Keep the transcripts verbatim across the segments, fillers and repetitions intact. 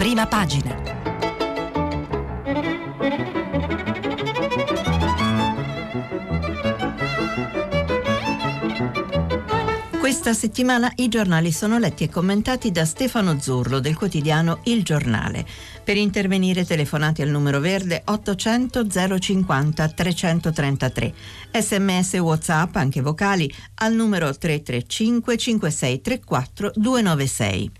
prima pagina. Questa settimana i giornali sono letti e commentati da Stefano Zurlo del quotidiano Il Giornale. Per intervenire telefonate al numero verde ottocento zero cinquanta trecentotrentatré. Sms WhatsApp, anche vocali, al numero tre tre cinque cinque sei tre quattro due nove sei.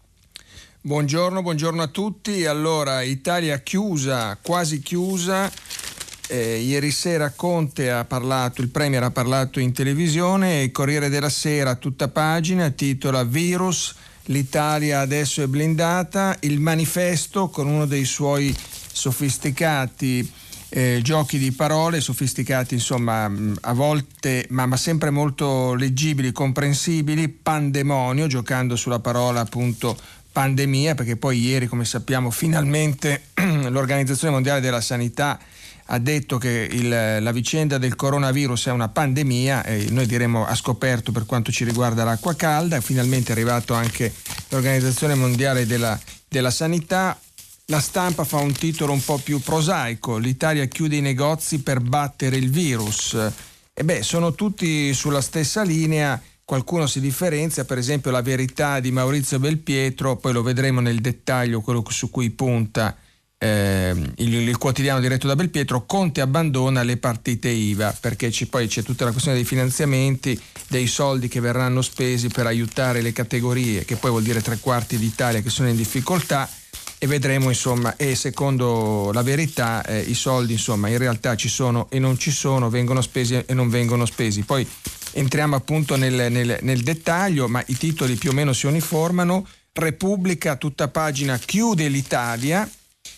Buongiorno, buongiorno a tutti. Allora, Italia chiusa, quasi chiusa. Eh, ieri sera Conte ha parlato, il Premier ha parlato in televisione, il Corriere della Sera, tutta pagina, titola Virus, l'Italia adesso è blindata, il Manifesto con uno dei suoi sofisticati eh, giochi di parole, sofisticati insomma a volte ma, ma sempre molto leggibili, comprensibili, pandemonio, giocando sulla parola appunto pandemia, perché poi ieri, come sappiamo, finalmente l'Organizzazione Mondiale della Sanità ha detto che il, la vicenda del coronavirus è una pandemia, e noi diremo ha scoperto per quanto ci riguarda l'acqua calda. Finalmente è arrivato anche l'Organizzazione Mondiale della, della Sanità. La Stampa fa un titolo un po' più prosaico: l'Italia chiude i negozi per battere il virus. E beh, sono tutti sulla stessa linea, qualcuno si differenzia, per esempio La Verità di Maurizio Belpietro, poi lo vedremo nel dettaglio quello su cui punta Eh, il, il quotidiano diretto da Belpietro. Conte abbandona le partite I V A, perché ci, poi c'è tutta la questione dei finanziamenti, dei soldi che verranno spesi per aiutare le categorie, che poi vuol dire tre quarti d'Italia che sono in difficoltà, e vedremo insomma, e secondo La Verità eh, i soldi insomma in realtà ci sono e non ci sono, vengono spesi e non vengono spesi. Poi entriamo appunto nel, nel, nel dettaglio, ma i titoli più o meno si uniformano. Repubblica, tutta pagina, chiude l'Italia.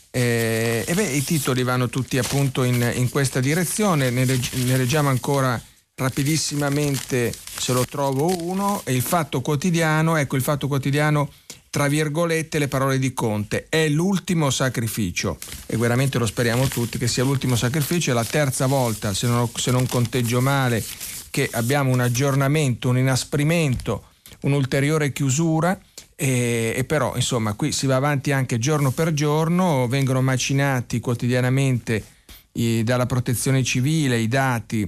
Eh, e beh, i titoli vanno tutti appunto in, in questa direzione. Ne, legg- ne leggiamo ancora rapidissimamente, se lo trovo uno. E il Fatto Quotidiano, ecco il Fatto Quotidiano, tra virgolette le parole di Conte: è l'ultimo sacrificio, e veramente lo speriamo tutti che sia l'ultimo sacrificio. È la terza volta, se non, se non conteggio male, che abbiamo un aggiornamento, un inasprimento, un'ulteriore chiusura. E, e però insomma qui si va avanti anche giorno per giorno, vengono macinati quotidianamente i, dalla protezione civile i dati,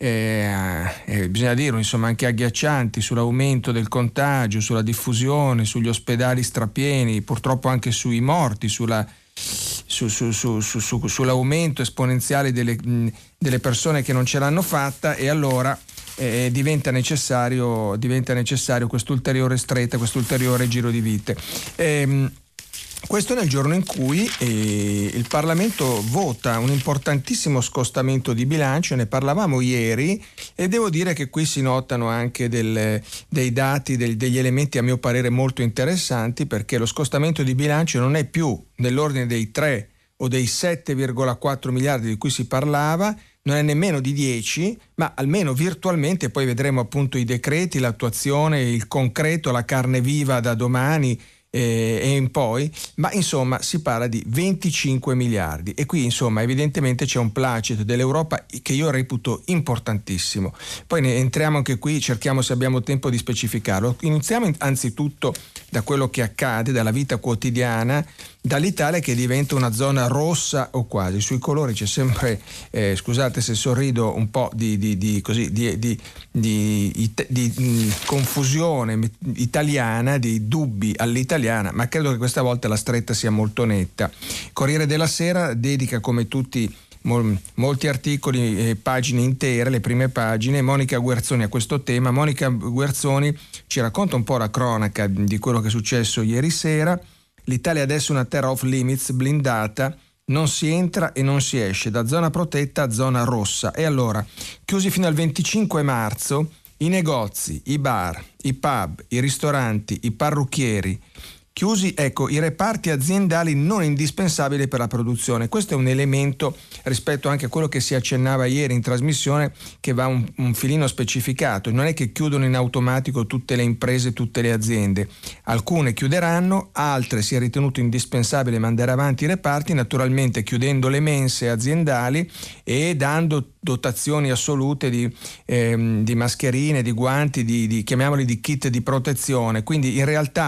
eh, eh, bisogna dirlo insomma anche agghiaccianti, sull'aumento del contagio, sulla diffusione, sugli ospedali strapieni, purtroppo anche sui morti, sulla, su, su, su, su, su, sull'aumento esponenziale delle, mh, delle persone che non ce l'hanno fatta. E allora Eh, diventa necessario diventa necessario quest'ulteriore stretta, quest'ulteriore giro di vite. Ehm, questo nel giorno in cui eh, il Parlamento vota un importantissimo scostamento di bilancio. Ne parlavamo ieri e devo dire che qui si notano anche del, dei dati, del, degli elementi a mio parere molto interessanti, perché lo scostamento di bilancio non è più nell'ordine dei tre o dei sette virgola quattro miliardi di cui si parlava, non è nemmeno di dieci, ma almeno virtualmente, poi vedremo appunto i decreti, l'attuazione, il concreto, la carne viva da domani eh, e in poi, ma insomma si parla di venticinque miliardi. E qui insomma evidentemente c'è un placet dell'Europa che io reputo importantissimo. Poi ne entriamo anche qui, cerchiamo, se abbiamo tempo, di specificarlo. Iniziamo anzitutto da quello che accade, dalla vita quotidiana, dall'Italia che diventa una zona rossa o quasi. Sui colori c'è sempre, eh, scusate se sorrido, un po' di, di, di, così, di, di, di, di, di, di confusione italiana, di dubbi all'italiana, ma credo che questa volta la stretta sia molto netta. Corriere della Sera dedica, come tutti, mol, molti articoli, eh, pagine intere, le prime pagine. Monica Guerzoni a questo tema. Monica Guerzoni ci racconta un po' la cronaca di quello che è successo ieri sera. L'Italia adesso è una terra off limits, blindata, non si entra e non si esce, da zona protetta a zona rossa. E allora, chiusi fino al venticinque marzo, i negozi, i bar, i pub, i ristoranti, i parrucchieri, chiusi, ecco, i reparti aziendali non indispensabili per la produzione. Questo è un elemento rispetto anche a quello che si accennava ieri in trasmissione, che va un, un filino specificato. Non è che chiudono in automatico tutte le imprese, tutte le aziende. Alcune chiuderanno, altre si è ritenuto indispensabile mandare avanti i reparti, naturalmente chiudendo le mense aziendali e dando dotazioni assolute di, ehm, di mascherine, di guanti, di, di, chiamiamoli di kit di protezione. Quindi in realtà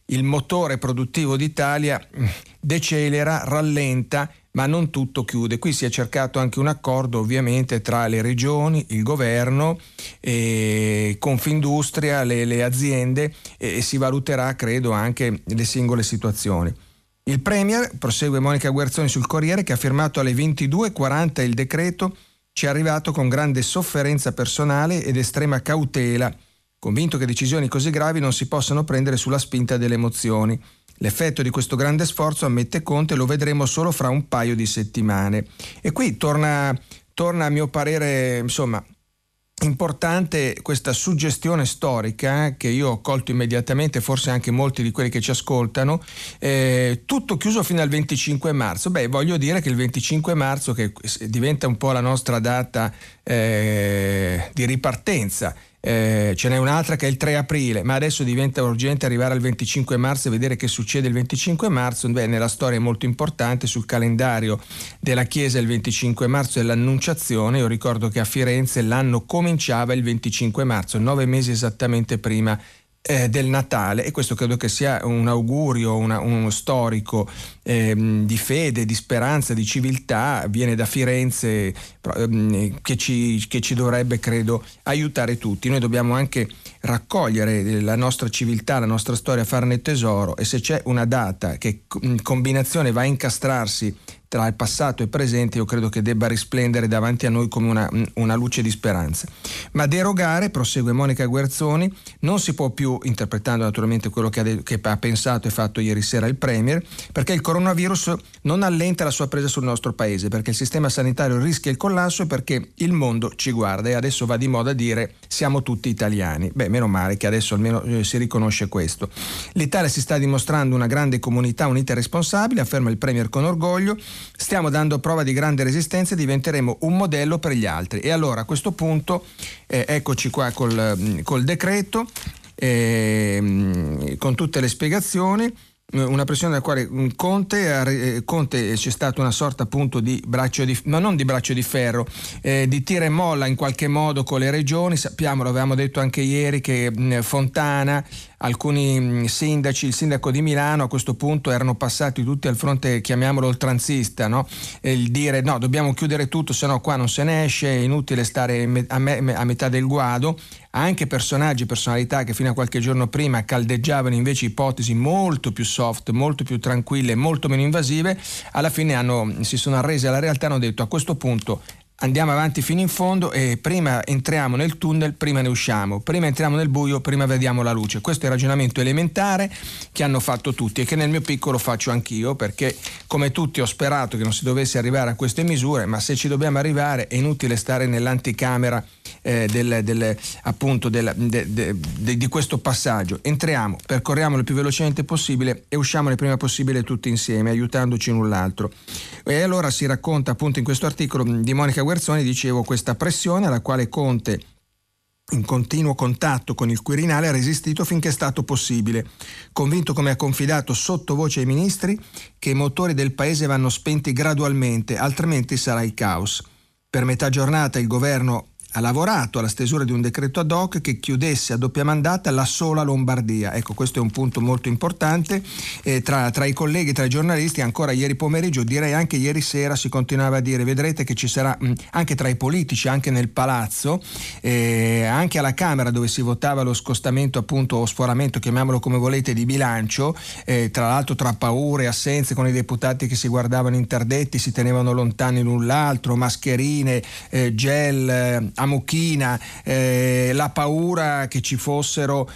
il motore produttivo d'Italia decelera, rallenta, ma non tutto chiude. Qui si è cercato anche un accordo ovviamente tra le regioni, il governo, eh, Confindustria, le, le aziende, e, e si valuterà credo anche le singole situazioni. Il Premier, prosegue Monica Guerzoni sul Corriere, che ha firmato alle ventidue e quaranta il decreto, ci è arrivato con grande sofferenza personale ed estrema cautela, convinto che decisioni così gravi non si possano prendere sulla spinta delle emozioni. L'effetto di questo grande sforzo, ammette Conte, lo vedremo solo fra un paio di settimane. E qui torna, torna a mio parere, insomma, importante questa suggestione storica che io ho colto immediatamente, forse anche molti di quelli che ci ascoltano, eh, tutto chiuso fino al venticinque marzo. Beh, voglio dire che il venticinque marzo, che diventa un po' la nostra data eh, di ripartenza, Eh, ce n'è un'altra che è il tre aprile, ma adesso diventa urgente arrivare al venticinque marzo e vedere che succede il venticinque marzo. Beh, nella storia è molto importante, sul calendario della Chiesa il venticinque marzo è l'Annunciazione. Io ricordo che a Firenze l'anno cominciava il venticinque marzo, nove mesi esattamente prima eh, del Natale, e questo credo che sia un augurio, una, uno storico eh, di fede, di speranza, di civiltà, viene da Firenze, eh, che, ci, che ci dovrebbe, credo, aiutare tutti. Noi dobbiamo anche raccogliere la nostra civiltà, la nostra storia, farne tesoro, e se c'è una data che in combinazione va a incastrarsi tra il passato e il presente, io credo che debba risplendere davanti a noi come una, una luce di speranza. Ma derogare, prosegue Monica Guerzoni, non si può più, interpretando naturalmente quello che ha, de- che ha pensato e fatto ieri sera il Premier, perché il coronavirus non allenta la sua presa sul nostro paese, perché il sistema sanitario rischia il collasso e perché il mondo ci guarda, e adesso va di moda dire siamo tutti italiani. Beh, meno male che adesso almeno eh, si riconosce questo. L'Italia si sta dimostrando una grande comunità unita e responsabile, afferma il Premier con orgoglio. Stiamo dando prova di grande resistenza e diventeremo un modello per gli altri. E allora a questo punto eh, eccoci qua col, col decreto, eh, con tutte le spiegazioni. Una pressione della quale Conte, Conte c'è stata una sorta appunto di braccio di, ma non di braccio di ferro, eh, di tira e molla in qualche modo con le regioni. Sappiamo, lo avevamo detto anche ieri, che mh, Fontana, alcuni sindaci, il sindaco di Milano a questo punto erano passati tutti al fronte, chiamiamolo oltranzista, no? E il dire no, dobbiamo chiudere tutto, se no qua non se ne esce, è inutile stare a, me, a metà del guado. Anche personaggi, personalità che fino a qualche giorno prima caldeggiavano invece ipotesi molto più soft, molto più tranquille, molto meno invasive, alla fine hanno, si sono arresi alla realtà, hanno detto a questo punto andiamo avanti fino in fondo e prima entriamo nel tunnel, prima ne usciamo, prima entriamo nel buio, prima vediamo la luce. Questo è il ragionamento elementare che hanno fatto tutti e che nel mio piccolo faccio anch'io, perché come tutti ho sperato che non si dovesse arrivare a queste misure, ma se ci dobbiamo arrivare è inutile stare nell'anticamera eh, del, del, appunto del, de, de, de, di questo passaggio. Entriamo, percorriamolo il più velocemente possibile e usciamo il prima possibile tutti insieme, aiutandoci l'un l'altro. E allora si racconta appunto in questo articolo di Monica Guerzoni, dicevo, questa pressione alla quale Conte, in continuo contatto con il Quirinale, ha resistito finché è stato possibile, convinto, come ha confidato sottovoce ai ministri, che i motori del paese vanno spenti gradualmente, altrimenti sarà il caos. Per metà giornata il governo ha lavorato alla stesura di un decreto ad hoc che chiudesse a doppia mandata la sola Lombardia. Ecco, questo è un punto molto importante. Eh, tra, tra i colleghi, tra i giornalisti, ancora ieri pomeriggio, direi anche ieri sera, si continuava a dire, vedrete che ci sarà mh, anche tra i politici, anche nel palazzo, eh, anche alla Camera dove si votava lo scostamento appunto o sforamento, chiamiamolo come volete, di bilancio, eh, tra l'altro tra paure e assenze, con i deputati che si guardavano interdetti, si tenevano lontani l'un l'altro, mascherine, eh, gel, eh, a mucchina, eh, la paura che ci fossero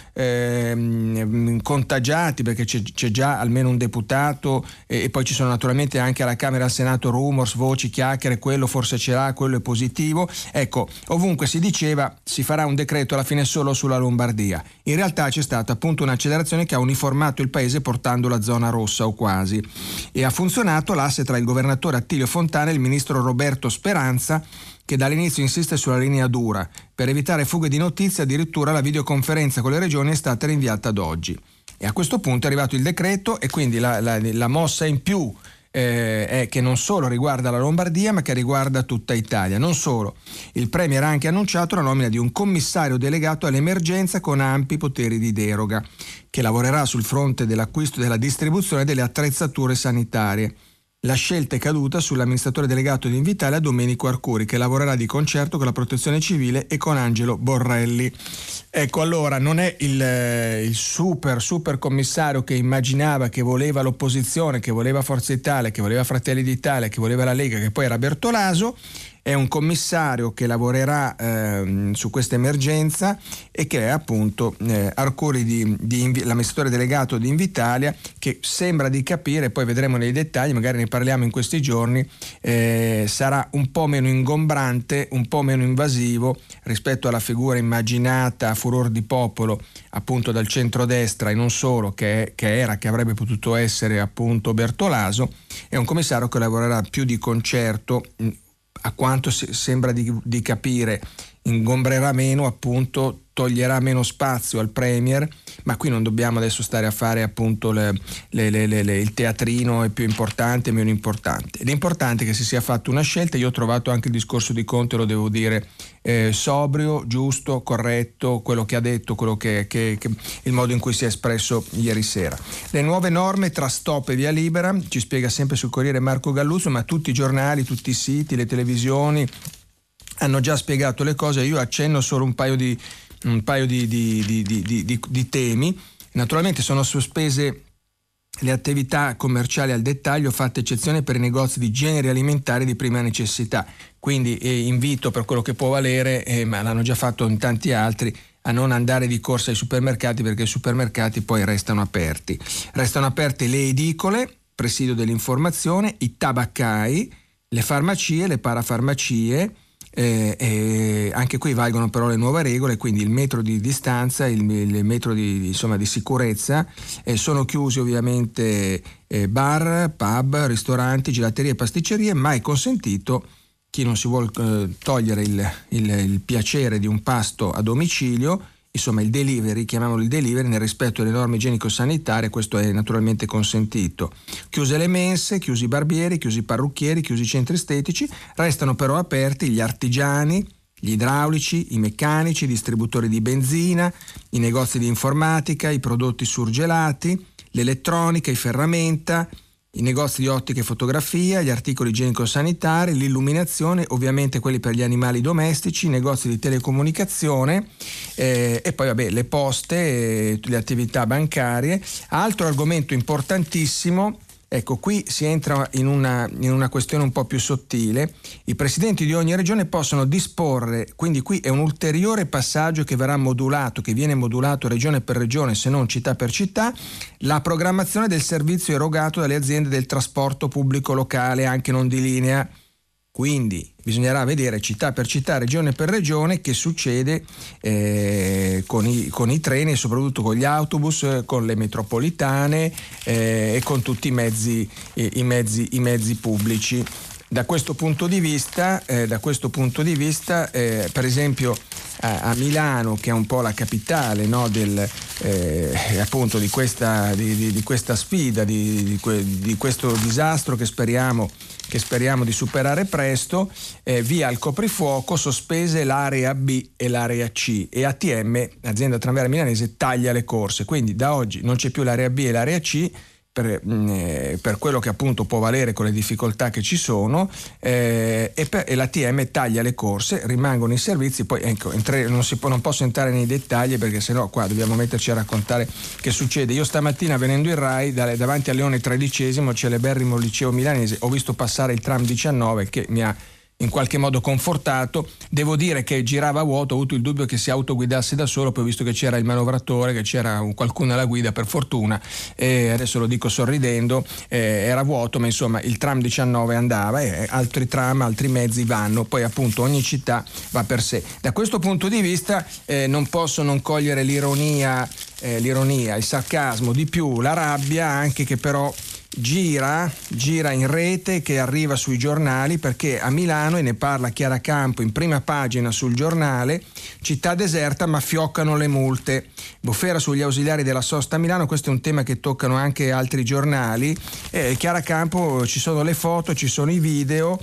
eh, contagiati, perché c'è, c'è già almeno un deputato e, e poi ci sono naturalmente anche alla Camera e al Senato rumors, voci, chiacchiere, quello forse ce l'ha, quello è positivo. Ecco, ovunque si diceva si farà un decreto alla fine solo sulla Lombardia. In realtà c'è stata appunto un'accelerazione che ha uniformato il paese portando la zona rossa o quasi, e ha funzionato l'asse tra il governatore Attilio Fontana e il ministro Roberto Speranza, che dall'inizio insiste sulla linea dura. Per evitare fughe di notizie, addirittura la videoconferenza con le regioni è stata rinviata ad oggi. E a questo punto è arrivato il decreto e quindi la, la, la mossa in più eh, è che non solo riguarda la Lombardia ma che riguarda tutta Italia. Non solo, il Premier ha anche annunciato la nomina di un commissario delegato all'emergenza con ampi poteri di deroga, che lavorerà sul fronte dell'acquisto e della distribuzione delle attrezzature sanitarie. La scelta è caduta sull'amministratore delegato di Invitalia Domenico Arcuri, che lavorerà di concerto con la Protezione Civile e con Angelo Borrelli. Ecco, allora non è il, il super super commissario che immaginava, che voleva l'opposizione, che voleva Forza Italia, che voleva Fratelli d'Italia, che voleva la Lega, che poi era Bertolaso. È un commissario che lavorerà eh, su questa emergenza e che è appunto eh, Arcuri, di, di, l'amministratore delegato di Invitalia, che sembra di capire, poi vedremo nei dettagli, magari ne parliamo in questi giorni, eh, sarà un po' meno ingombrante, un po' meno invasivo rispetto alla figura immaginata a furor di popolo appunto dal centrodestra e non solo, che, che era, che avrebbe potuto essere appunto Bertolaso. È un commissario che lavorerà più di concerto, a quanto sembra di, di capire, ingombrerà meno, appunto toglierà meno spazio al Premier, ma qui non dobbiamo adesso stare a fare appunto le, le, le, le, il teatrino è più importante e meno importante. L'importante è che si sia fatta una scelta. Io ho trovato anche il discorso di Conte, lo devo dire, eh, sobrio, giusto, corretto, quello che ha detto, quello che, che, che il modo in cui si è espresso ieri sera. Le nuove norme tra stop e via libera, ci spiega sempre sul Corriere Marco Galluzzo, ma tutti i giornali, tutti i siti, le televisioni hanno già spiegato le cose. Io accenno solo un paio di un paio di, di, di, di, di, di temi. Naturalmente sono sospese le attività commerciali al dettaglio, fatte eccezione per i negozi di generi alimentari di prima necessità, quindi eh, invito, per quello che può valere, eh, ma l'hanno già fatto in tanti altri, a non andare di corsa ai supermercati, perché i supermercati poi restano aperti. Restano aperte le edicole, presidio dell'informazione, i tabaccai, le farmacie, le parafarmacie. Eh, eh, anche qui valgono però le nuove regole, quindi il metro di distanza, il, il metro di, insomma, di sicurezza. Eh, sono chiusi ovviamente eh, bar, pub, ristoranti, gelaterie e pasticcerie, ma è consentito chi non si vuole eh, togliere il, il, il piacere di un pasto a domicilio, insomma il delivery, chiamiamolo il delivery, nel rispetto delle norme igienico-sanitarie. Questo è naturalmente consentito. Chiuse le mense, chiusi i barbieri, chiusi i parrucchieri, chiusi i centri estetici. Restano però aperti gli artigiani, gli idraulici, i meccanici, i distributori di benzina, i negozi di informatica, i prodotti surgelati, l'elettronica, i ferramenta, i negozi di ottica e fotografia, gli articoli igienico-sanitari, l'illuminazione, ovviamente quelli per gli animali domestici, i negozi di telecomunicazione eh, e poi vabbè le poste, eh, le attività bancarie. Altro argomento importantissimo, ecco qui si entra in una, in una questione un po' più sottile. I presidenti di ogni regione possono disporre, quindi qui è un ulteriore passaggio che verrà modulato, che viene modulato regione per regione, se non città per città, la programmazione del servizio erogato dalle aziende del trasporto pubblico locale, anche non di linea. Quindi bisognerà vedere città per città, regione per regione, che succede eh, con, i, con i treni e soprattutto con gli autobus, con le metropolitane eh, e con tutti i mezzi, eh, i mezzi, i mezzi pubblici. Da questo punto di vista, eh, da questo punto di vista eh, per esempio a, a Milano, che è un po' la capitale, no, del, eh, appunto di questa, di, di, di questa sfida, di, di, que, di questo disastro che speriamo che speriamo di superare presto, eh, via il coprifuoco, sospese l'area B e l'area C, e A T M, azienda tranviaria milanese, taglia le corse. Quindi da oggi non c'è più l'area B e l'area C, per, eh, per quello che appunto può valere con le difficoltà che ci sono, eh, e, per, e l'A T M taglia le corse, rimangono i servizi. Poi ecco, entre, non, si può, non posso entrare nei dettagli, perché sennò qua dobbiamo metterci a raccontare che succede. Io stamattina, venendo in Rai, da, davanti al Leone tredicesimo, celeberrimo liceo milanese, ho visto passare il tram diciannove, che mi ha in qualche modo confortato. Devo dire che girava a vuoto, ho avuto il dubbio che si autoguidasse da solo, poi ho visto che c'era il manovratore, che c'era qualcuno alla guida, per fortuna, e adesso lo dico sorridendo, eh, era vuoto, ma insomma il tram diciannove andava, e altri tram, altri mezzi vanno. Poi appunto ogni città va per sé. Da questo punto di vista eh, non posso non cogliere l'ironia, eh, l'ironia, il sarcasmo, di più la rabbia, anche che però gira, gira in rete, che arriva sui giornali, perché a Milano, e ne parla Chiara Campo in prima pagina sul Giornale, città deserta ma fioccano le multe. Bufera sugli ausiliari della sosta a Milano, questo è un tema che toccano anche altri giornali. Eh, Chiara Campo, ci sono le foto, ci sono i video,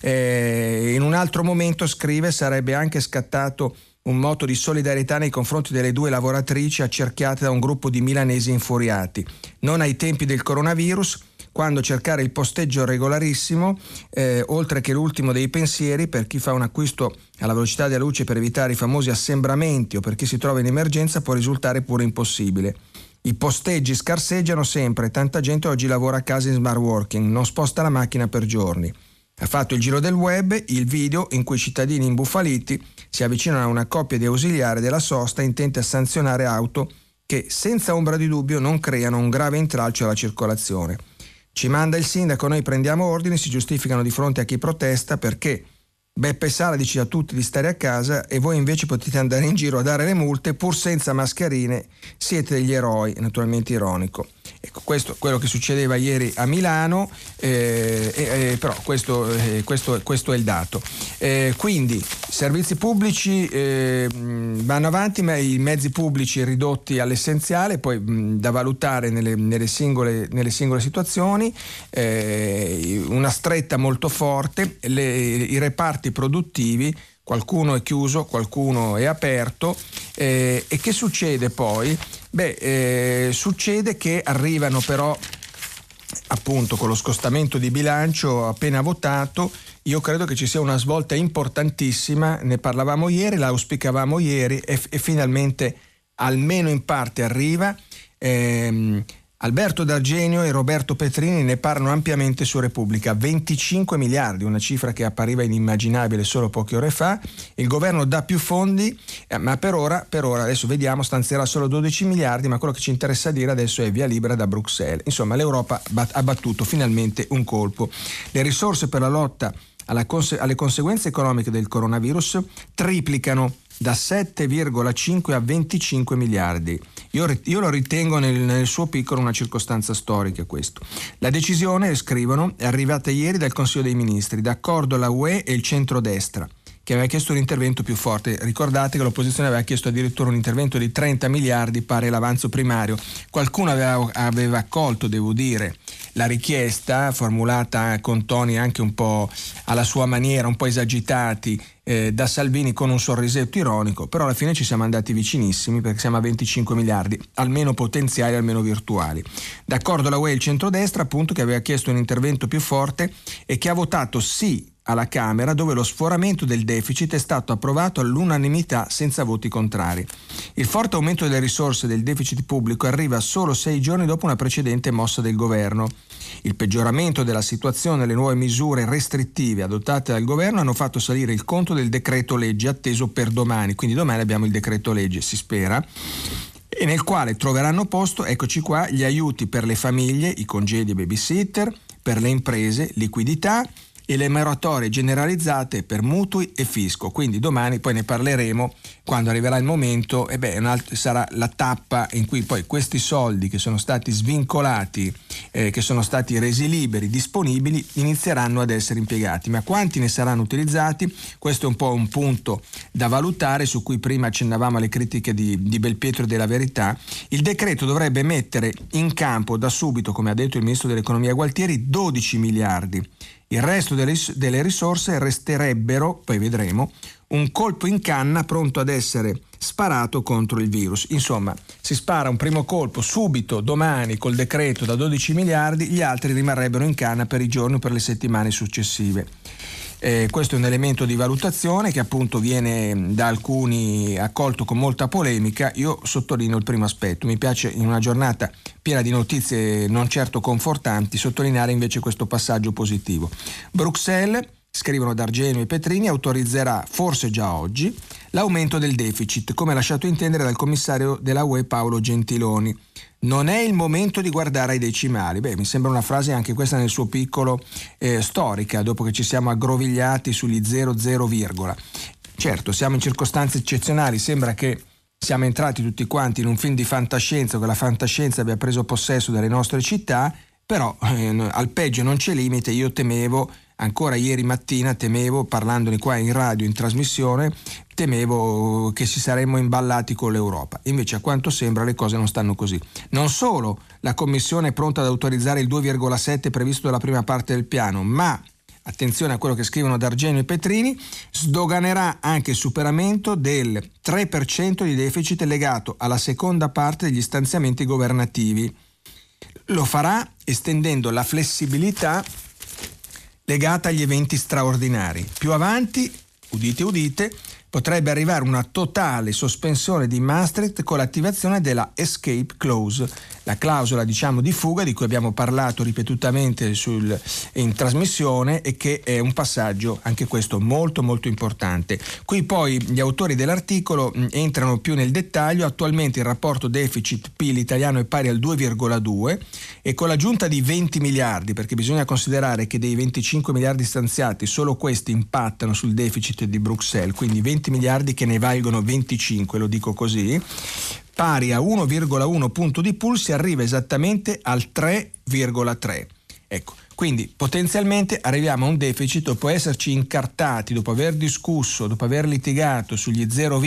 eh, in un altro momento scrive: sarebbe anche scattato un moto di solidarietà nei confronti delle due lavoratrici accerchiate da un gruppo di milanesi infuriati. Non ai tempi del coronavirus, quando cercare il posteggio regolarissimo, eh, oltre che l'ultimo dei pensieri per chi fa un acquisto alla velocità della luce per evitare i famosi assembramenti o per chi si trova in emergenza, può risultare pure impossibile. I posteggi scarseggiano sempre, tanta gente oggi lavora a casa in smart working, non sposta la macchina per giorni. Ha fatto il giro del web il video in cui cittadini imbufaliti si avvicinano a una coppia di ausiliari della sosta intenti a sanzionare auto che senza ombra di dubbio non creano un grave intralcio alla circolazione. Ci manda il sindaco, noi prendiamo ordini, si giustificano di fronte a chi protesta perché Beppe Sala dice a tutti di stare a casa e voi invece potete andare in giro a dare le multe pur senza mascherine, siete degli eroi, naturalmente ironico. Ecco, questo è quello che succedeva ieri a Milano, eh, eh, però questo, eh, questo, questo è il dato. Eh, quindi servizi pubblici eh, vanno avanti, ma i mezzi pubblici ridotti all'essenziale, poi mh, da valutare nelle, nelle, singole, nelle singole situazioni, eh, una stretta molto forte, le, i reparti produttivi, qualcuno è chiuso, qualcuno è aperto, eh, e che succede poi? Beh, eh, succede che arrivano però, appunto, con lo scostamento di bilancio appena votato, io credo che ci sia una svolta importantissima, ne parlavamo ieri, la auspicavamo ieri e, e finalmente almeno in parte arriva. Ehm, Alberto D'Argenio e Roberto Petrini ne parlano ampiamente su Repubblica. venticinque miliardi, una cifra che appariva inimmaginabile solo poche ore fa. Il governo dà più fondi, eh, ma per ora, per ora, adesso vediamo, stanzierà solo dodici miliardi, ma quello che ci interessa dire adesso è via libera da Bruxelles. Insomma, l'Europa bat- ha battuto finalmente un colpo. Le risorse per la lotta alla conse- alle conseguenze economiche del coronavirus triplicano da sette virgola cinque a venticinque miliardi. Io, io lo ritengo nel, nel suo piccolo una circostanza storica questo. La decisione, scrivono, è arrivata ieri dal Consiglio dei Ministri, d'accordo la U E e il centrodestra, che aveva chiesto un intervento più forte. Ricordate che l'opposizione aveva chiesto addirittura un intervento di trenta miliardi, pari l'avanzo primario. Qualcuno aveva, aveva accolto, devo dire, la richiesta, formulata con toni anche un po' alla sua maniera, un po' esagitati, eh, da Salvini con un sorrisetto ironico, però alla fine ci siamo andati vicinissimi perché siamo a venticinque miliardi, almeno potenziali, almeno virtuali. D'accordo la U E e il centrodestra, appunto, che aveva chiesto un intervento più forte e che ha votato sì alla Camera, dove lo sforamento del deficit è stato approvato all'unanimità senza voti contrari. Il forte aumento delle risorse del deficit pubblico arriva solo sei giorni dopo una precedente mossa del governo. Il peggioramento della situazione e le nuove misure restrittive adottate dal governo hanno fatto salire il conto del decreto legge atteso per domani, quindi domani abbiamo il decreto legge, si spera, e nel quale troveranno posto, eccoci qua, gli aiuti per le famiglie, i congedi e babysitter, per le imprese, liquidità, e le moratorie generalizzate per mutui e fisco. Quindi domani poi ne parleremo quando arriverà il momento, e beh, sarà la tappa in cui poi questi soldi che sono stati svincolati, eh, che sono stati resi liberi, disponibili, inizieranno ad essere impiegati. Ma quanti ne saranno utilizzati? Questo è un po' un punto da valutare, su cui prima accennavamo alle critiche di, di Belpietro e della Verità. Il decreto dovrebbe mettere in campo da subito, come ha detto il ministro dell'economia Gualtieri, dodici miliardi. Il resto delle, delle risorse resterebbero, poi vedremo, un colpo in canna pronto ad essere sparato contro il virus. Insomma, si spara un primo colpo subito, domani, col decreto da dodici miliardi, gli altri rimarrebbero in canna per i giorni o per le settimane successive. Eh, questo è un elemento di valutazione che appunto viene da alcuni accolto con molta polemica. Io sottolineo il primo aspetto. Mi piace, in una giornata piena di notizie non certo confortanti, sottolineare invece questo passaggio positivo. Bruxelles, scrivono D'Argenio e Petrini, autorizzerà, forse già oggi, l'aumento del deficit, come lasciato intendere dal commissario della U E Paolo Gentiloni. Non è il momento di guardare ai decimali. Beh, mi sembra una frase anche questa nel suo piccolo eh, storica, dopo che ci siamo aggrovigliati sugli zero zero virgola. Certo, siamo in circostanze eccezionali, sembra che siamo entrati tutti quanti in un film di fantascienza, che la fantascienza abbia preso possesso delle nostre città, però eh, al peggio non c'è limite. Io temevo, ancora ieri mattina temevo, parlandone qua in radio, in trasmissione, temevo che ci saremmo imballati con l'Europa. Invece a quanto sembra le cose non stanno così. Non solo la Commissione è pronta ad autorizzare il due virgola sette previsto dalla prima parte del piano, ma attenzione a quello che scrivono D'Argenio e Petrini, sdoganerà anche il superamento del tre per cento di deficit legato alla seconda parte degli stanziamenti governativi. Lo farà estendendo la flessibilità legata agli eventi straordinari. Più avanti, udite udite, potrebbe arrivare una totale sospensione di Maastricht con l'attivazione della escape clause, la clausola diciamo di fuga di cui abbiamo parlato ripetutamente sul, in trasmissione, e che è un passaggio anche questo molto molto importante. Qui poi gli autori dell'articolo mh, entrano più nel dettaglio. Attualmente il rapporto deficit P I L italiano è pari al due virgola due e con l'aggiunta di venti miliardi, perché bisogna considerare che dei venticinque miliardi stanziati solo questi impattano sul deficit di Bruxelles, quindi venti miliardi che ne valgono venticinque, lo dico così, pari a uno virgola uno punto di P U L, si arriva esattamente al tre virgola tre. Ecco, quindi potenzialmente arriviamo a un deficit, dopo esserci incartati, dopo aver discusso, dopo aver litigato sugli zero,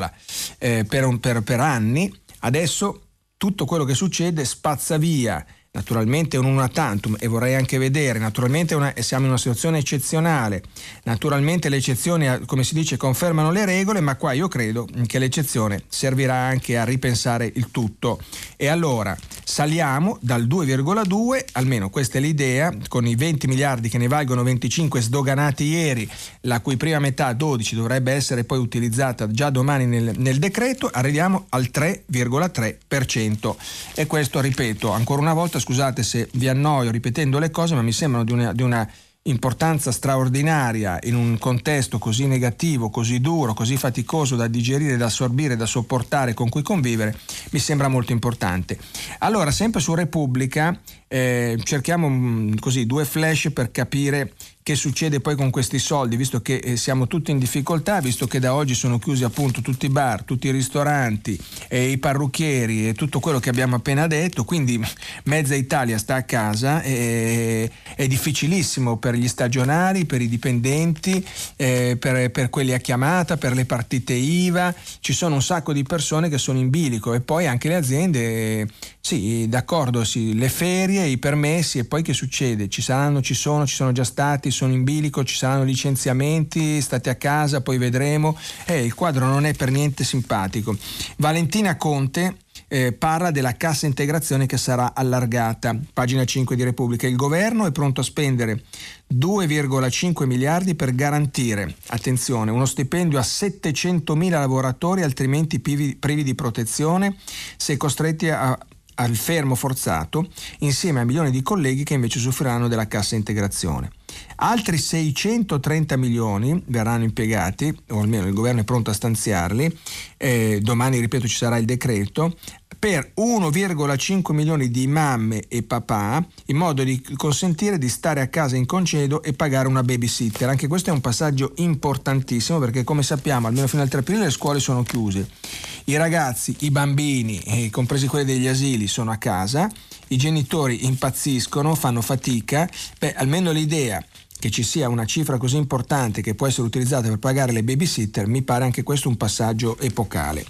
eh, per, un, per, per anni, adesso tutto quello che succede spazza via. Naturalmente un una tantum, e vorrei anche vedere, naturalmente una, siamo in una situazione eccezionale, naturalmente le eccezioni, come si dice, confermano le regole, ma qua io credo che l'eccezione servirà anche a ripensare il tutto. E allora saliamo dal due virgola due, almeno questa è l'idea, con i venti miliardi che ne valgono venticinque sdoganati ieri, la cui prima metà, dodici, dovrebbe essere poi utilizzata già domani nel, nel decreto, arriviamo al tre virgola tre per cento. E questo, ripeto, ancora una volta, scusate se vi annoio ripetendo le cose, ma mi sembrano di una, di una importanza straordinaria in un contesto così negativo, così duro, così faticoso da digerire, da assorbire, da sopportare, con cui convivere. Mi sembra molto importante. Allora, sempre su Repubblica, eh, cerchiamo mh, così due flash per capire che succede poi con questi soldi, visto che eh, siamo tutti in difficoltà, visto che da oggi sono chiusi appunto tutti i bar, tutti i ristoranti, eh, i parrucchieri e tutto quello che abbiamo appena detto, quindi mezza Italia sta a casa, e è difficilissimo per gli stagionali, per i dipendenti, eh, per, per quelli a chiamata, per le partite I V A. Ci sono un sacco di persone che sono in bilico, e poi anche le aziende, eh, sì, d'accordo, sì, le ferie, i permessi, e poi che succede? Ci saranno, ci sono, ci sono già stati, sono in bilico, ci saranno licenziamenti, state a casa, poi vedremo. Eh, il quadro non è per niente simpatico. Valentina Conte eh, parla della cassa integrazione che sarà allargata. Pagina cinque di Repubblica. Il governo è pronto a spendere due virgola cinque miliardi per garantire, attenzione, uno stipendio a settecentomila lavoratori altrimenti privi, privi di protezione, se costretti a al fermo forzato, insieme a milioni di colleghi che invece soffriranno della cassa integrazione. Altri seicentotrenta milioni verranno impiegati, o almeno il governo è pronto a stanziarli, eh, domani, ripeto, ci sarà il decreto, per uno virgola cinque milioni di mamme e papà, in modo di consentire di stare a casa in congedo e pagare una babysitter. Anche questo è un passaggio importantissimo, perché come sappiamo almeno fino al tre aprile le scuole sono chiuse, i ragazzi, i bambini, eh, compresi quelli degli asili, sono a casa, i genitori impazziscono, fanno fatica. Beh, almeno l'idea che ci sia una cifra così importante che può essere utilizzata per pagare le babysitter, mi pare anche questo un passaggio epocale.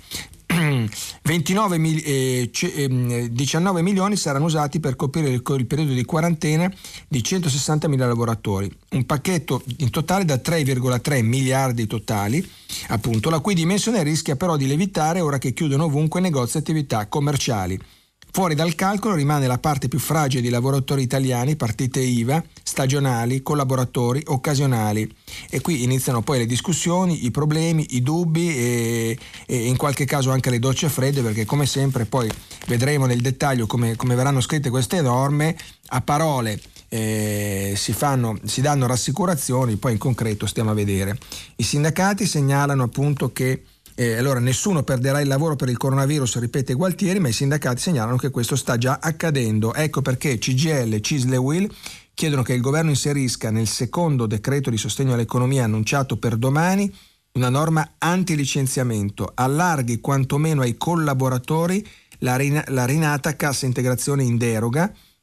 ventinove mil- eh, c- eh, diciannove milioni saranno usati per coprire il, il periodo di quarantena di centosessantamila lavoratori, un pacchetto in totale da tre virgola tre miliardi totali, appunto, la cui dimensione rischia però di lievitare ora che chiudono ovunque negozi e attività commerciali. Fuori dal calcolo rimane la parte più fragile di lavoratori italiani, partite I V A, stagionali, collaboratori, occasionali. E qui iniziano poi le discussioni, i problemi, i dubbi e, e in qualche caso anche le docce fredde, perché come sempre poi vedremo nel dettaglio come, come verranno scritte queste norme. A parole eh, si, fanno, si danno rassicurazioni, poi in concreto stiamo a vedere. I sindacati segnalano appunto che Eh, allora nessuno perderà il lavoro per il coronavirus, ripete Gualtieri, ma i sindacati segnalano che questo sta già accadendo. Ecco perché C G I L, C I S L e U I L chiedono che il governo inserisca nel secondo decreto di sostegno all'economia annunciato per domani una norma antilicenziamento, allarghi quantomeno ai collaboratori la, rin- la rinata cassa integrazione in deroga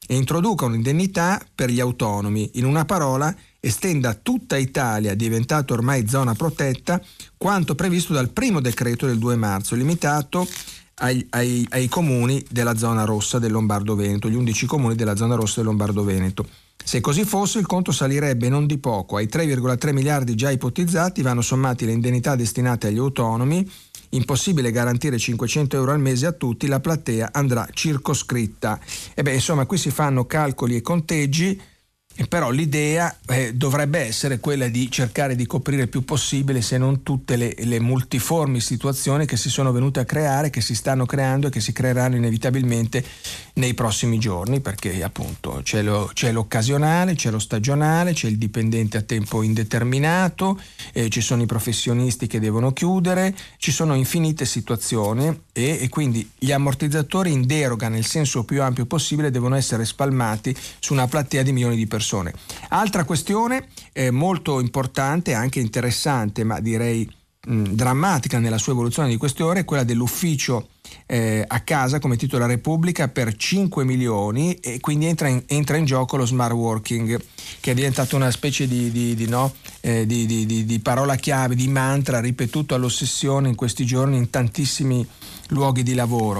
e introduca un'indennità per gli autonomi. In una parola, estenda a tutta Italia, diventata ormai zona protetta, quanto previsto dal primo decreto del due marzo, limitato ai, ai, ai comuni della zona rossa del Lombardo-Veneto, gli undici comuni della zona rossa del Lombardo-Veneto. Se così fosse, il conto salirebbe non di poco. Ai tre virgola tre miliardi già ipotizzati vanno sommati le indennità destinate agli autonomi. Impossibile garantire cinquecento euro al mese a tutti, la platea andrà circoscritta. E beh, insomma, qui si fanno calcoli e conteggi, però l'idea eh, dovrebbe essere quella di cercare di coprire il più possibile, se non tutte le, le multiformi situazioni che si sono venute a creare, che si stanno creando e che si creeranno inevitabilmente nei prossimi giorni, perché appunto c'è, lo, c'è l'occasionale, c'è lo stagionale, c'è il dipendente a tempo indeterminato, eh, ci sono i professionisti che devono chiudere, ci sono infinite situazioni e, e quindi gli ammortizzatori in deroga nel senso più ampio possibile devono essere spalmati su una platea di milioni di persone. Altra questione eh, molto importante, anche interessante, ma direi mh, drammatica nella sua evoluzione di queste ore, è quella dell'ufficio eh, a casa come titola Repubblica per cinque milioni, e quindi entra in, entra in gioco lo smart working, che è diventato una specie di, di, di, no, eh, di, di, di, di parola chiave, di mantra ripetuto all'ossessione in questi giorni in tantissimi luoghi di lavoro.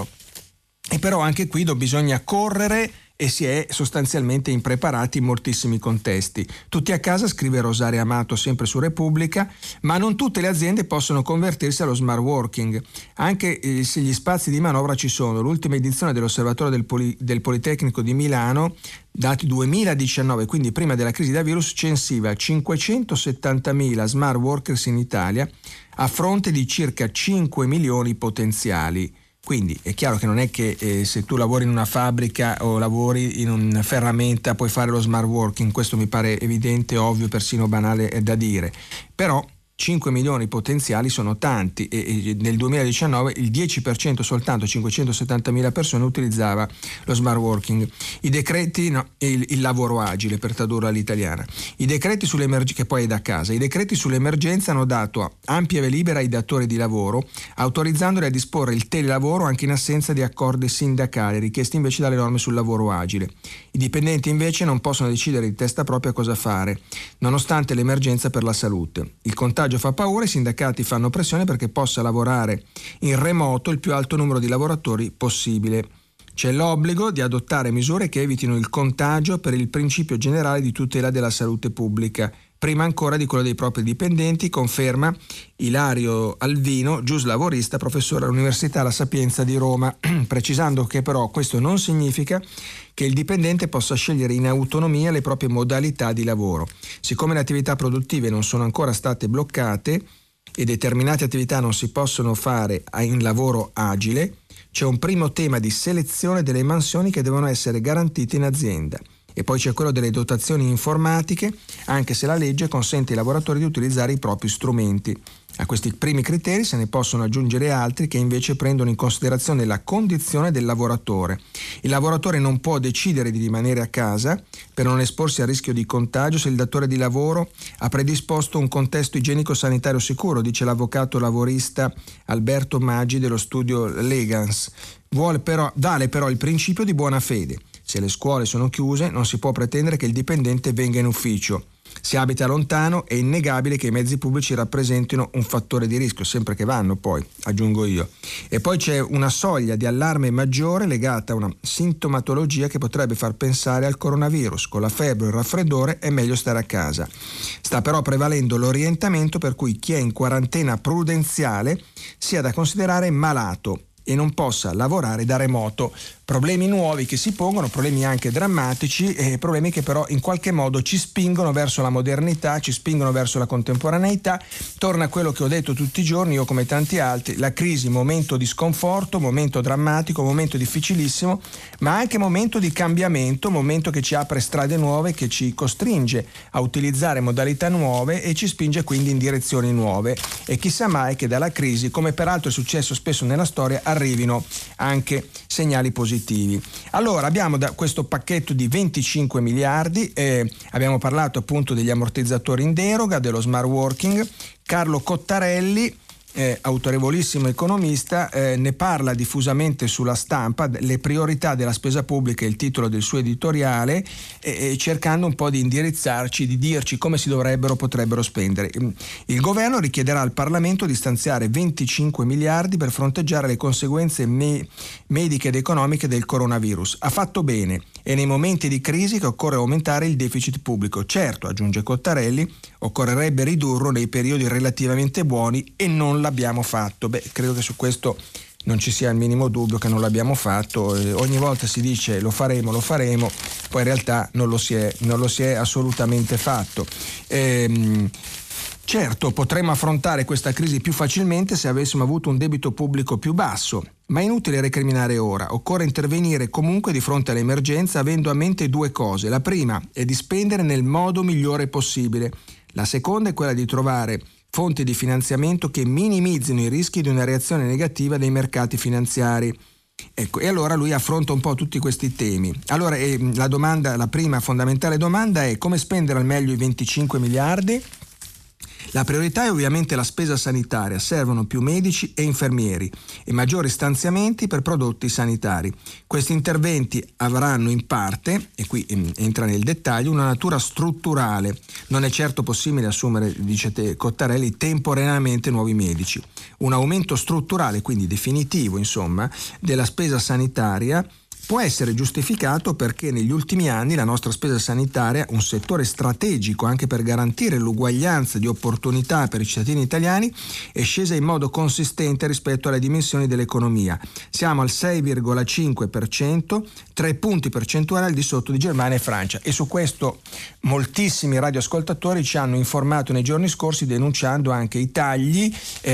E però anche qui bisogna correre e si è sostanzialmente impreparati in moltissimi contesti. Tutti a casa, scrive Rosaria Amato sempre su Repubblica, ma non tutte le aziende possono convertirsi allo smart working, anche eh, se gli spazi di manovra ci sono. L'ultima edizione dell'Osservatorio del, Poli- del Politecnico di Milano, dati duemiladiciannove, quindi prima della crisi da virus, censiva cinquecentosettantamila smart workers in Italia a fronte di circa cinque milioni potenziali. Quindi è chiaro che non è che eh, se tu lavori in una fabbrica o lavori in una ferramenta puoi fare lo smart working, questo mi pare evidente, ovvio, persino banale da dire, però cinque milioni potenziali sono tanti e, e nel duemiladiciannove il dieci per cento, soltanto cinquecentosettantamila persone, utilizzava lo smart working. I decreti, no, il, il lavoro agile, per tradurlo all'italiana, i decreti sull'emergenza, che poi è da casa, i decreti sull'emergenza hanno dato ampia libera ai datori di lavoro, autorizzandoli a disporre il telelavoro anche in assenza di accordi sindacali, richiesti invece dalle norme sul lavoro agile. I dipendenti invece non possono decidere di testa propria cosa fare, nonostante l'emergenza per la salute. Il contagio fa paura, i sindacati fanno pressione perché possa lavorare in remoto il più alto numero di lavoratori possibile. C'è l'obbligo di adottare misure che evitino il contagio per il principio generale di tutela della salute pubblica, prima ancora di quello dei propri dipendenti, conferma Ilario Alvino, giuslavorista, professore all'Università La Sapienza di Roma, precisando che però questo non significa che il dipendente possa scegliere in autonomia le proprie modalità di lavoro. Siccome le attività produttive non sono ancora state bloccate e determinate attività non si possono fare in lavoro agile, c'è un primo tema di selezione delle mansioni che devono essere garantite in azienda. E poi c'è quello delle dotazioni informatiche, anche se la legge consente ai lavoratori di utilizzare i propri strumenti. A questi primi criteri se ne possono aggiungere altri che invece prendono in considerazione la condizione del lavoratore. Il lavoratore non può decidere di rimanere a casa per non esporsi al rischio di contagio se il datore di lavoro ha predisposto un contesto igienico-sanitario sicuro, dice l'avvocato lavorista Alberto Maggi dello studio Legans. Vuole però, vale però il principio di buona fede. Se le scuole sono chiuse non si può pretendere che il dipendente venga in ufficio. Si abita lontano, è innegabile che i mezzi pubblici rappresentino un fattore di rischio, sempre che vanno poi, aggiungo io. E poi c'è una soglia di allarme maggiore legata a una sintomatologia che potrebbe far pensare al coronavirus. Con la febbre e il raffreddore è meglio stare a casa. Sta però prevalendo l'orientamento per cui chi è in quarantena prudenziale sia da considerare malato e non possa lavorare da remoto. Problemi nuovi che si pongono, problemi anche drammatici, e problemi che però in qualche modo ci spingono verso la modernità, ci spingono verso la contemporaneità. Torna a quello che ho detto tutti i giorni, io come tanti altri, la crisi, momento di sconforto, momento drammatico, momento difficilissimo, ma anche momento di cambiamento, momento che ci apre strade nuove, che ci costringe a utilizzare modalità nuove e ci spinge quindi in direzioni nuove. E chissà mai che dalla crisi, come peraltro è successo spesso nella storia, arrivino anche segnali positivi. Allora abbiamo da questo pacchetto di venticinque miliardi, eh, abbiamo parlato appunto degli ammortizzatori in deroga, dello smart working. Carlo Cottarelli eh, autorevolissimo economista, eh, ne parla diffusamente sulla stampa, le priorità della spesa pubblica è il titolo del suo editoriale, eh, cercando un po' di indirizzarci, di dirci come si dovrebbero, potrebbero spendere. Il governo richiederà al Parlamento di stanziare venticinque miliardi per fronteggiare le conseguenze me- mediche ed economiche del coronavirus. Ha fatto bene, è nei momenti di crisi che occorre aumentare il deficit pubblico. Certo, aggiunge Cottarelli, occorrerebbe ridurlo nei periodi relativamente buoni e non l'abbiamo fatto. Beh, credo che su questo non ci sia il minimo dubbio che non l'abbiamo fatto. Eh, ogni volta si dice lo faremo, lo faremo, poi in realtà non lo si è, non lo si è assolutamente fatto. Ehm, Certo, potremmo affrontare questa crisi più facilmente se avessimo avuto un debito pubblico più basso, ma è inutile recriminare ora. Occorre intervenire comunque di fronte all'emergenza avendo a mente due cose. La prima è di spendere nel modo migliore possibile. La seconda è quella di trovare fonti di finanziamento che minimizzino i rischi di una reazione negativa dei mercati finanziari. Ecco, e allora lui affronta un po' tutti questi temi. Allora eh, la domanda, la prima fondamentale domanda è: come spendere al meglio i venticinque miliardi? La priorità è ovviamente la spesa sanitaria, servono più medici e infermieri e maggiori stanziamenti per prodotti sanitari. Questi interventi avranno in parte, e qui entra nel dettaglio, una natura strutturale. Non è certo possibile assumere, dice Cottarelli, temporaneamente nuovi medici. Un aumento strutturale, quindi definitivo, insomma, della spesa sanitaria può essere giustificato perché negli ultimi anni la nostra spesa sanitaria, un settore strategico anche per garantire l'uguaglianza di opportunità per i cittadini italiani, è scesa in modo consistente rispetto alle dimensioni dell'economia. Siamo al sei virgola cinque per cento, tre punti percentuali al di sotto di Germania e Francia, e su questo moltissimi radioascoltatori ci hanno informato nei giorni scorsi, denunciando anche i tagli,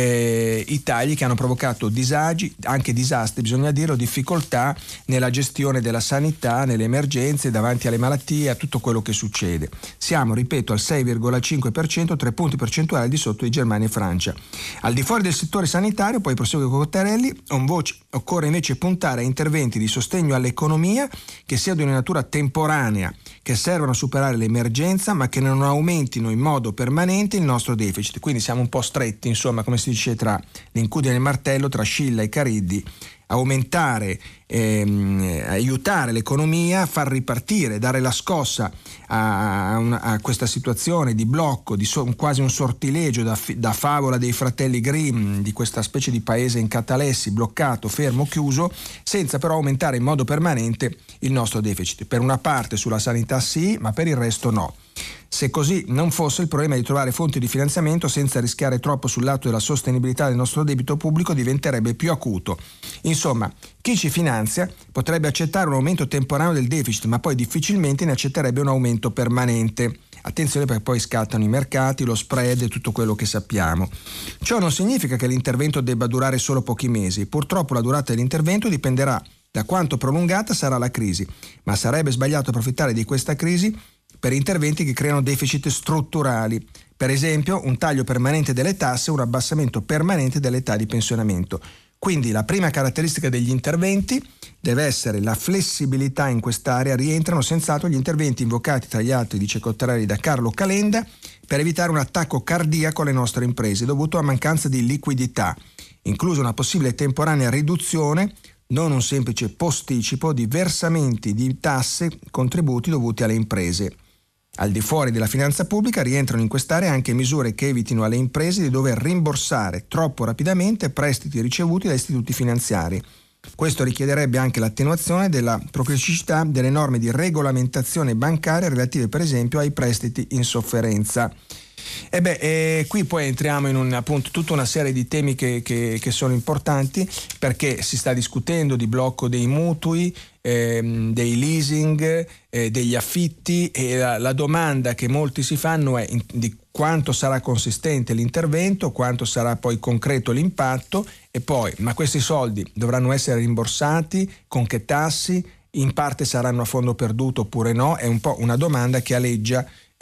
eh, i tagli che hanno provocato disagi, anche disastri, bisogna dire, o difficoltà nella gestione gestione della sanità, nelle emergenze, davanti alle malattie, a tutto quello che succede. Siamo, ripeto, al sei virgola cinque per cento, tre punti percentuali al di sotto di Germania e Francia. Al di fuori del settore sanitario, poi prosegue Cottarelli, un voce, occorre invece puntare a interventi di sostegno all'economia che siano di una natura temporanea, che servono a superare l'emergenza, ma che non aumentino in modo permanente il nostro deficit. Quindi siamo un po' stretti, insomma, come si dice, tra l'incudine e il martello, tra Scilla e Cariddi. Aumentare, ehm, aiutare l'economia, far ripartire, dare la scossa a, a, a questa situazione di blocco, di so, quasi un sortilegio da, da favola dei fratelli Grimm, di questa specie di paese in catalessi, bloccato, fermo, chiuso, senza però aumentare in modo permanente il nostro deficit. Per una parte sulla sanità sì, ma per il resto no. Se così non fosse, il problema di trovare fonti di finanziamento senza rischiare troppo sul lato della sostenibilità del nostro debito pubblico diventerebbe più acuto. Insomma, chi ci finanzia potrebbe accettare un aumento temporaneo del deficit, ma poi difficilmente ne accetterebbe un aumento permanente. Attenzione, perché poi scattano i mercati, lo spread e tutto quello che sappiamo. Ciò non significa che l'intervento debba durare solo pochi mesi. Purtroppo la durata dell'intervento dipenderà da quanto prolungata sarà la crisi, ma sarebbe sbagliato approfittare di questa crisi per interventi che creano deficit strutturali. Per esempio, un taglio permanente delle tasse, un abbassamento permanente dell'età di pensionamento. Quindi la prima caratteristica degli interventi deve essere la flessibilità. In quest'area rientrano senz'altro gli interventi invocati, tra gli altri, dice Cottarelli, da Carlo Calenda, per evitare un attacco cardiaco alle nostre imprese dovuto a mancanza di liquidità, incluso una possibile temporanea riduzione, non un semplice posticipo, di versamenti di tasse, contributi dovuti alle imprese. Al di fuori della finanza pubblica rientrano in quest'area anche misure che evitino alle imprese di dover rimborsare troppo rapidamente prestiti ricevuti da istituti finanziari. Questo richiederebbe anche l'attenuazione della prociclicità delle norme di regolamentazione bancaria relative per esempio ai prestiti in sofferenza. E beh, eh, qui poi entriamo in un, appunto, tutta una serie di temi che, che, che sono importanti, perché si sta discutendo di blocco dei mutui, ehm, dei leasing, eh, degli affitti, e la, la domanda che molti si fanno è in, di quanto sarà consistente l'intervento, quanto sarà poi concreto l'impatto, e poi, ma questi soldi dovranno essere rimborsati, con che tassi, in parte saranno a fondo perduto oppure no? È un po' una domanda che aleggia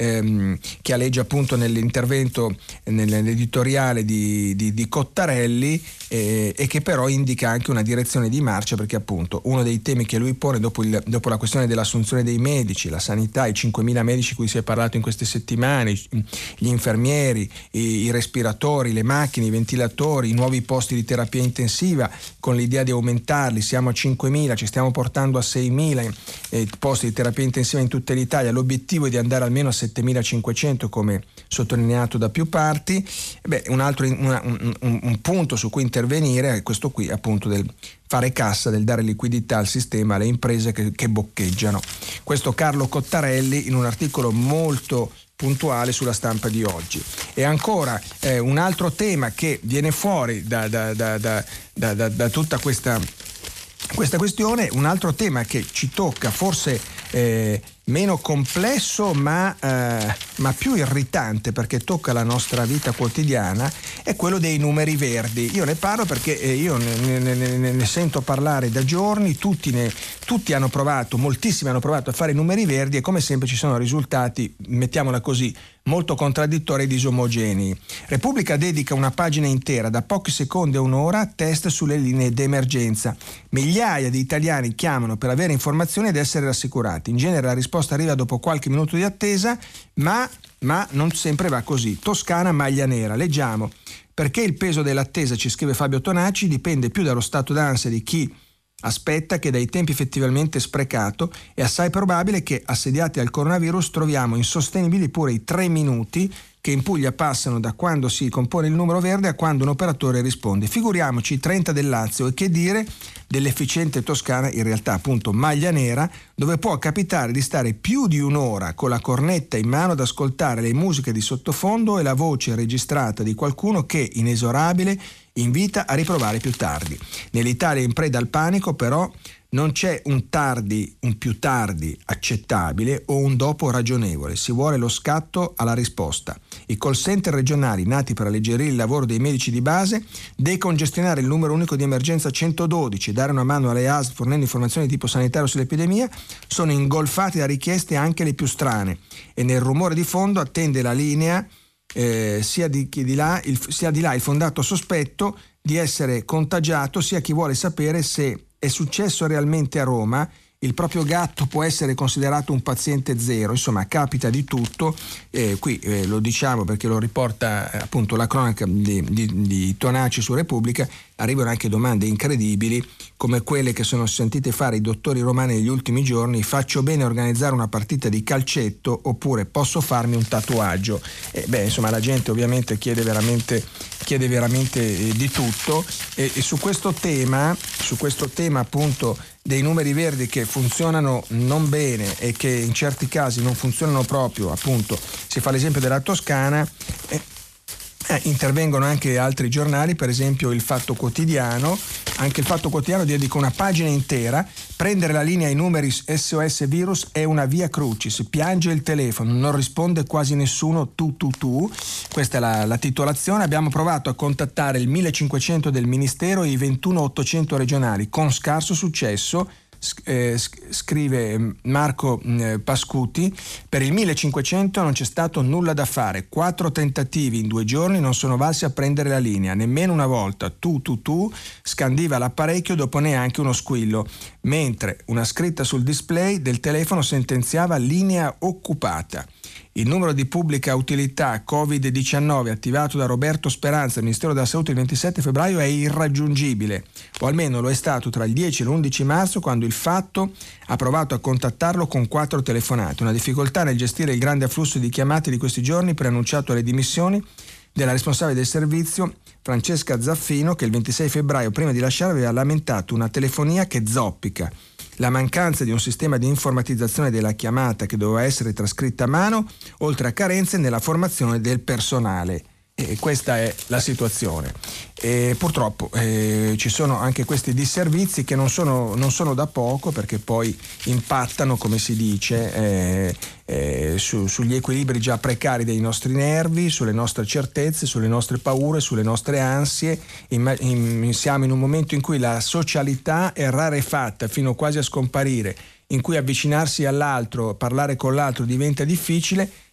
ehm, che aleggia appunto nell'intervento, nell'editoriale di, di, di Cottarelli, eh, e che però indica anche una direzione di marcia, perché appunto uno dei temi che lui pone dopo, il, dopo la questione dell'assunzione dei medici, la sanità, i cinquemila medici di cui si è parlato in queste settimane, gli infermieri, i, i respiratori, le macchine, i ventilatori, i nuovi posti di terapia intensiva, con l'idea di aumentarli, siamo a cinquemila, ci stiamo portando a seimila eh, posti di terapia intensiva in tutta l'Italia, l'obiettivo è di andare almeno a settemilacinquecento, come sottolineato da più parti. Beh, un altro una, un, un, un punto su cui intervenire è questo qui, appunto, del fare cassa, del dare liquidità al sistema, alle imprese che, che boccheggiano. Questo Carlo Cottarelli in un articolo molto puntuale sulla Stampa di oggi. E ancora eh, un altro tema che viene fuori da, da, da, da, da, da, da tutta questa, questa questione, un altro tema che ci tocca, forse eh, meno complesso ma, eh, ma più irritante, perché tocca la nostra vita quotidiana, è quello dei numeri verdi. Io ne parlo perché eh, io ne, ne, ne, ne sento parlare da giorni, tutti, ne, tutti hanno provato, moltissimi hanno provato a fare i numeri verdi e come sempre ci sono risultati, mettiamola così, molto contraddittori e disomogenei. Repubblica dedica una pagina intera, da pochi secondi a un'ora, a test sulle linee d'emergenza. Migliaia di italiani chiamano per avere informazioni ed essere rassicurati. In genere la risposta arriva dopo qualche minuto di attesa, ma, ma non sempre va così. Toscana maglia nera. Leggiamo: perché il peso dell'attesa, ci scrive Fabio Tonacci, dipende più dallo stato d'ansia di chi aspetta che dai tempi effettivamente sprecato. È assai probabile che, assediati al coronavirus, troviamo insostenibili pure i tre minuti che in Puglia passano da quando si compone il numero verde a quando un operatore risponde. Figuriamoci i trenta del Lazio, e che dire dell'efficiente Toscana, in realtà appunto maglia nera, dove può capitare di stare più di un'ora con la cornetta in mano ad ascoltare le musiche di sottofondo e la voce registrata di qualcuno che, inesorabile, invita a riprovare più tardi. Nell'Italia in preda al panico, però, non c'è un tardi, un più tardi accettabile o un dopo ragionevole, si vuole lo scatto alla risposta. I call center regionali, nati per alleggerire il lavoro dei medici di base, decongestionare il numero unico di emergenza centododici e dare una mano alle A S L fornendo informazioni di tipo sanitario sull'epidemia, sono ingolfati da richieste anche le più strane, e nel rumore di fondo attende la linea eh, sia, di, chi di là, il, sia di là il fondato sospetto di essere contagiato, sia chi vuole sapere se è successo realmente a Roma, il proprio gatto può essere considerato un paziente zero, insomma capita di tutto. Eh, qui eh, lo diciamo perché lo riporta eh, appunto la cronaca di, di, di Tonacci su Repubblica. Arrivano anche domande incredibili come quelle che sono sentite fare i dottori romani negli ultimi giorni: faccio bene a organizzare una partita di calcetto oppure posso farmi un tatuaggio? Eh, beh insomma la gente ovviamente chiede veramente, chiede veramente eh, di tutto, e, e su questo tema, su questo tema appunto dei numeri verdi che funzionano non bene e che in certi casi non funzionano proprio, appunto si fa l'esempio della Toscana, eh, eh, intervengono anche altri giornali, per esempio il Fatto Quotidiano. Anche il Fatto Quotidiano dedica una pagina intera: prendere la linea ai numeri S O S virus è una via crucis, piange il telefono, non risponde quasi nessuno, tu tu tu. Questa è la, la titolazione. Abbiamo provato a contattare il millecinquecento del Ministero e i ventuno ottocento regionali, con scarso successo. Eh, scrive Marco eh, Pascuti. Per il millecinquecento non c'è stato nulla da fare, quattro tentativi in due giorni non sono valsi a prendere la linea, nemmeno una volta tu tu tu scandiva l'apparecchio dopo neanche uno squillo, mentre una scritta sul display del telefono sentenziava linea occupata. Il numero di pubblica utilità covid diciannove attivato da Roberto Speranza del Ministero della Salute il ventisette febbraio è irraggiungibile, o almeno lo è stato tra il dieci e l'undici marzo, quando il Fatto ha provato a contattarlo con quattro telefonate. Una difficoltà nel gestire il grande afflusso di chiamate di questi giorni, preannunciato le dimissioni della responsabile del servizio Francesca Zaffino, che il ventisei febbraio, prima di lasciare, aveva lamentato una telefonia che zoppica, la mancanza di un sistema di informatizzazione della chiamata che doveva essere trascritta a mano, oltre a carenze nella formazione del personale. E questa è la situazione. E purtroppo eh, ci sono anche questi disservizi che non sono, non sono da poco, perché poi impattano, come si dice, eh, eh, su, sugli equilibri già precari dei nostri nervi, sulle nostre certezze, sulle nostre paure, sulle nostre ansie. In, in, siamo in un momento in cui la socialità è rarefatta fino quasi a scomparire, in cui avvicinarsi all'altro, parlare con l'altro diventa difficile,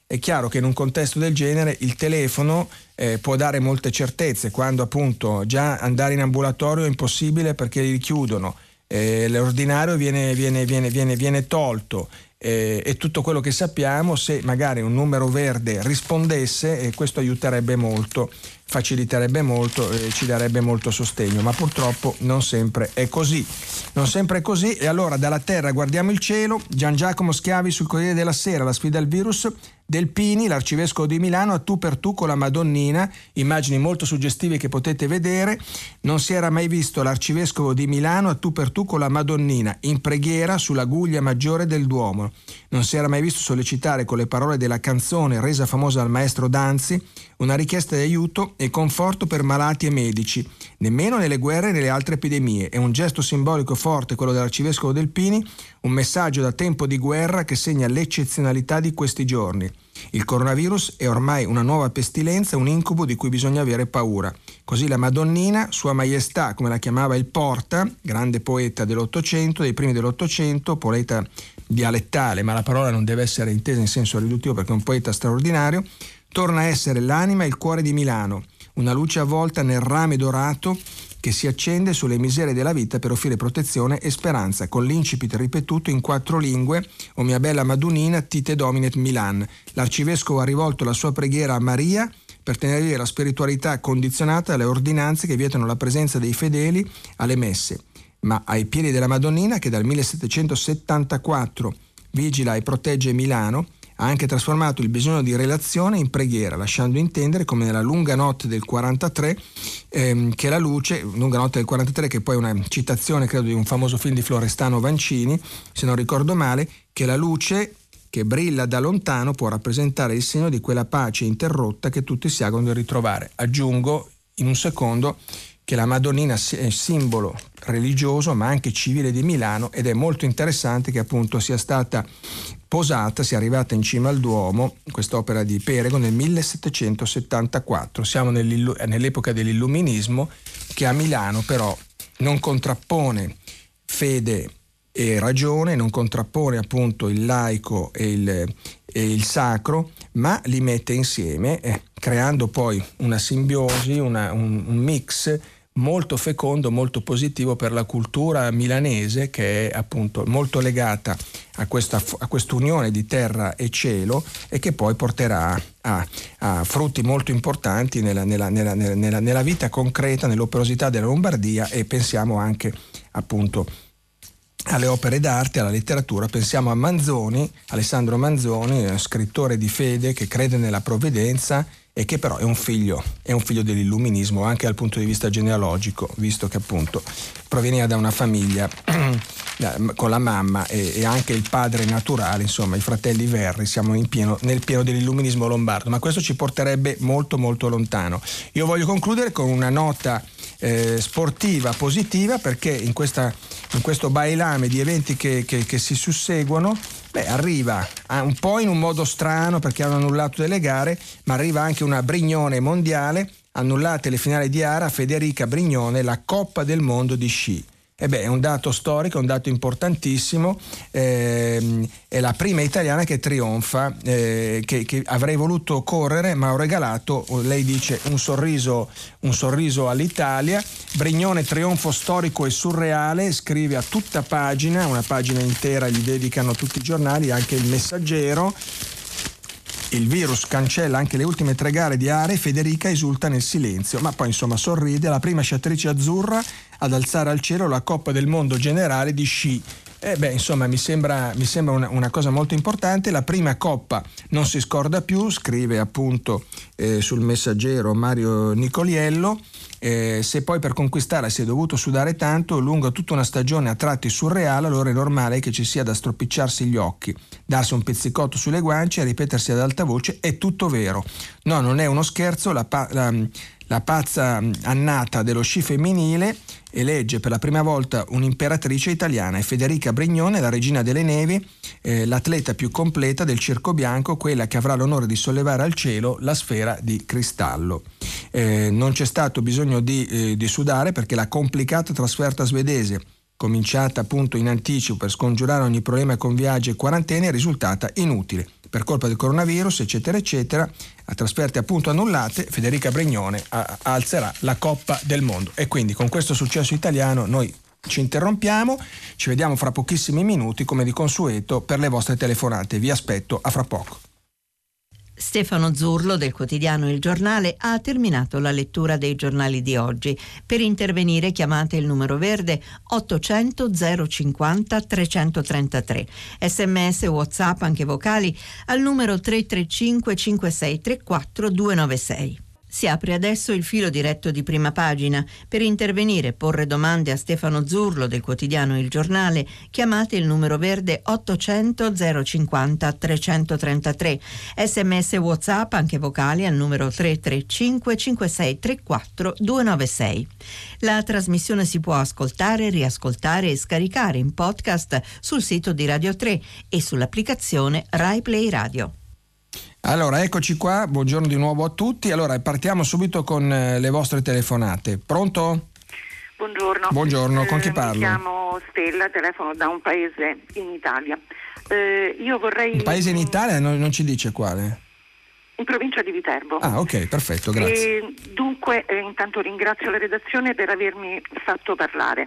È chiaro che in un contesto del genere il telefono eh, può dare molte certezze, quando appunto già andare in ambulatorio è impossibile perché li chiudono, eh, l'ordinario viene, viene, viene, viene, viene tolto. Eh, e tutto quello che sappiamo, se magari un numero verde rispondesse, eh, questo aiuterebbe molto, faciliterebbe molto, eh, ci darebbe molto sostegno, ma purtroppo non sempre è così. Non sempre è così, e allora dalla terra guardiamo il cielo. Gian Giacomo Schiavi sul Corriere della Sera, la sfida al virus. Delpini, l'arcivescovo di Milano, a tu per tu con la Madonnina, immagini molto suggestive che potete vedere. Non si era mai visto l'arcivescovo di Milano a tu per tu con la Madonnina in preghiera sulla guglia maggiore del Duomo. Non si era mai visto sollecitare con le parole della canzone resa famosa dal maestro Danzi una richiesta di aiuto e conforto per malati e medici, nemmeno nelle guerre e nelle altre epidemie. È un gesto simbolico forte quello dell'arcivescovo Delpini, un messaggio da tempo di guerra che segna l'eccezionalità di questi giorni. Il coronavirus è ormai una nuova pestilenza, un incubo di cui bisogna avere paura. Così la Madonnina, Sua Maestà, come la chiamava il Porta, grande poeta dell'Ottocento, dei primi dell'Ottocento, poeta dialettale, ma la parola non deve essere intesa in senso riduttivo perché è un poeta straordinario, torna a essere l'anima e il cuore di Milano, una luce avvolta nel rame dorato che si accende sulle miserie della vita per offrire protezione e speranza, con l'incipit ripetuto in quattro lingue: O mia bella Madonnina, Tite Dominet Milan. L'arcivescovo ha rivolto la sua preghiera a Maria per tenere viva la spiritualità condizionata dalle ordinanze che vietano la presenza dei fedeli alle messe, ma ai piedi della Madonnina, che dal millesettecentosettantaquattro vigila e protegge Milano, ha anche trasformato il bisogno di relazione in preghiera, lasciando intendere, come nella lunga notte del quarantatré, ehm, che la luce, lunga notte del quarantatré, che poi è una citazione credo di un famoso film di Florestano Vancini, se non ricordo male, che la luce che brilla da lontano può rappresentare il segno di quella pace interrotta che tutti si augurano di ritrovare. Aggiungo in un secondo che la Madonnina è simbolo religioso ma anche civile di Milano, ed è molto interessante che appunto sia stata posata, sia arrivata in cima al Duomo, quest'opera di Perego, nel millesettecentosettantaquattro. Siamo nell'epoca dell'illuminismo, che a Milano però non contrappone fede e ragione, non contrappone appunto il laico e il, e il sacro, ma li mette insieme, eh, creando poi una simbiosi, una, un, un mix molto fecondo, molto positivo per la cultura milanese, che è appunto molto legata a questa a quest'unione di terra e cielo, e che poi porterà a, a frutti molto importanti nella, nella, nella, nella, nella vita concreta, nell'operosità della Lombardia. E pensiamo anche appunto alle opere d'arte, alla letteratura. Pensiamo a Manzoni, Alessandro Manzoni, scrittore di fede che crede nella provvidenza e che però è un figlio, è un figlio dell'illuminismo anche dal punto di vista genealogico, visto che appunto proveniva da una famiglia con la mamma e, e anche il padre naturale, insomma i fratelli Verri. Siamo in pieno, nel pieno dell'illuminismo lombardo, ma questo ci porterebbe molto molto lontano. Io voglio concludere con una nota eh, sportiva positiva, perché in, questa, in questo bailame di eventi che, che, che si susseguono, beh, arriva un po' in un modo strano perché hanno annullato delle gare, ma arriva anche una Brignone mondiale, annullate le finali di gara, Federica Brignone, la Coppa del Mondo di sci. E beh, è un dato storico, è un dato importantissimo, ehm, è la prima italiana che trionfa, eh, che, che avrei voluto correre ma ho regalato, lei dice, un sorriso, un sorriso all'Italia. Brignone, trionfo storico e surreale, scrive a tutta pagina, una pagina intera gli dedicano tutti i giornali, anche il Messaggero. Il virus cancella anche le ultime tre gare di Are, Federica esulta nel silenzio, ma poi insomma sorride, la prima sciatrice azzurra ad alzare al cielo la Coppa del Mondo generale di sci. E beh, insomma, mi sembra, mi sembra una, una cosa molto importante. La prima coppa non si scorda più, scrive appunto eh, sul Messaggero Mario Nicoliello. Eh, se poi per conquistarla si è dovuto sudare tanto lungo tutta una stagione a tratti surreale, allora è normale che ci sia da stropicciarsi gli occhi, darsi un pizzicotto sulle guance e ripetersi ad alta voce: è tutto vero. No, non è uno scherzo. La, pa- la, la pazza annata dello sci femminile elegge per la prima volta un'imperatrice italiana, è Federica Brignone, la regina delle nevi, eh, l'atleta più completa del circo bianco, quella che avrà l'onore di sollevare al cielo la sfera di cristallo. Eh, non c'è stato bisogno di, eh, di sudare, perché la complicata trasferta svedese, cominciata appunto in anticipo per scongiurare ogni problema con viaggi e quarantene, è risultata inutile. per colpa del coronavirus, eccetera eccetera, a trasferte appunto annullate, Federica Brignone a- alzerà la Coppa del Mondo. E quindi con questo successo italiano noi ci interrompiamo, ci vediamo fra pochissimi minuti come di consueto per le vostre telefonate. Vi aspetto a fra poco. Stefano Zurlo del quotidiano Il Giornale ha terminato la lettura dei giornali di oggi. Per intervenire chiamate il numero verde ottocento zero cinquanta trecentotrentatré. Sms, WhatsApp, anche vocali al numero tre tre cinque cinque sei tre quattro due nove sei. Si apre adesso il filo diretto di Prima Pagina. Per intervenire e porre domande a Stefano Zurlo del quotidiano Il Giornale, chiamate il numero verde ottocento zero cinquanta trecentotrentatré. Sms, WhatsApp, anche vocali al numero tre tre cinque cinque sei tre quattro due nove sei. La trasmissione si può ascoltare, riascoltare e scaricare in podcast sul sito di Radio tre e sull'applicazione Rai Play Radio. Allora, eccoci qua, buongiorno di nuovo a tutti. Allora, partiamo subito con eh, le vostre telefonate. Pronto? Buongiorno. Buongiorno, con chi eh, parlo? Mi chiamo Stella, telefono da un paese in Italia. Eh, io vorrei... Un paese in Italia? Non, non ci dice quale? In provincia di Viterbo. Ah, ok, perfetto, grazie. E, dunque, eh, intanto ringrazio la redazione per avermi fatto parlare.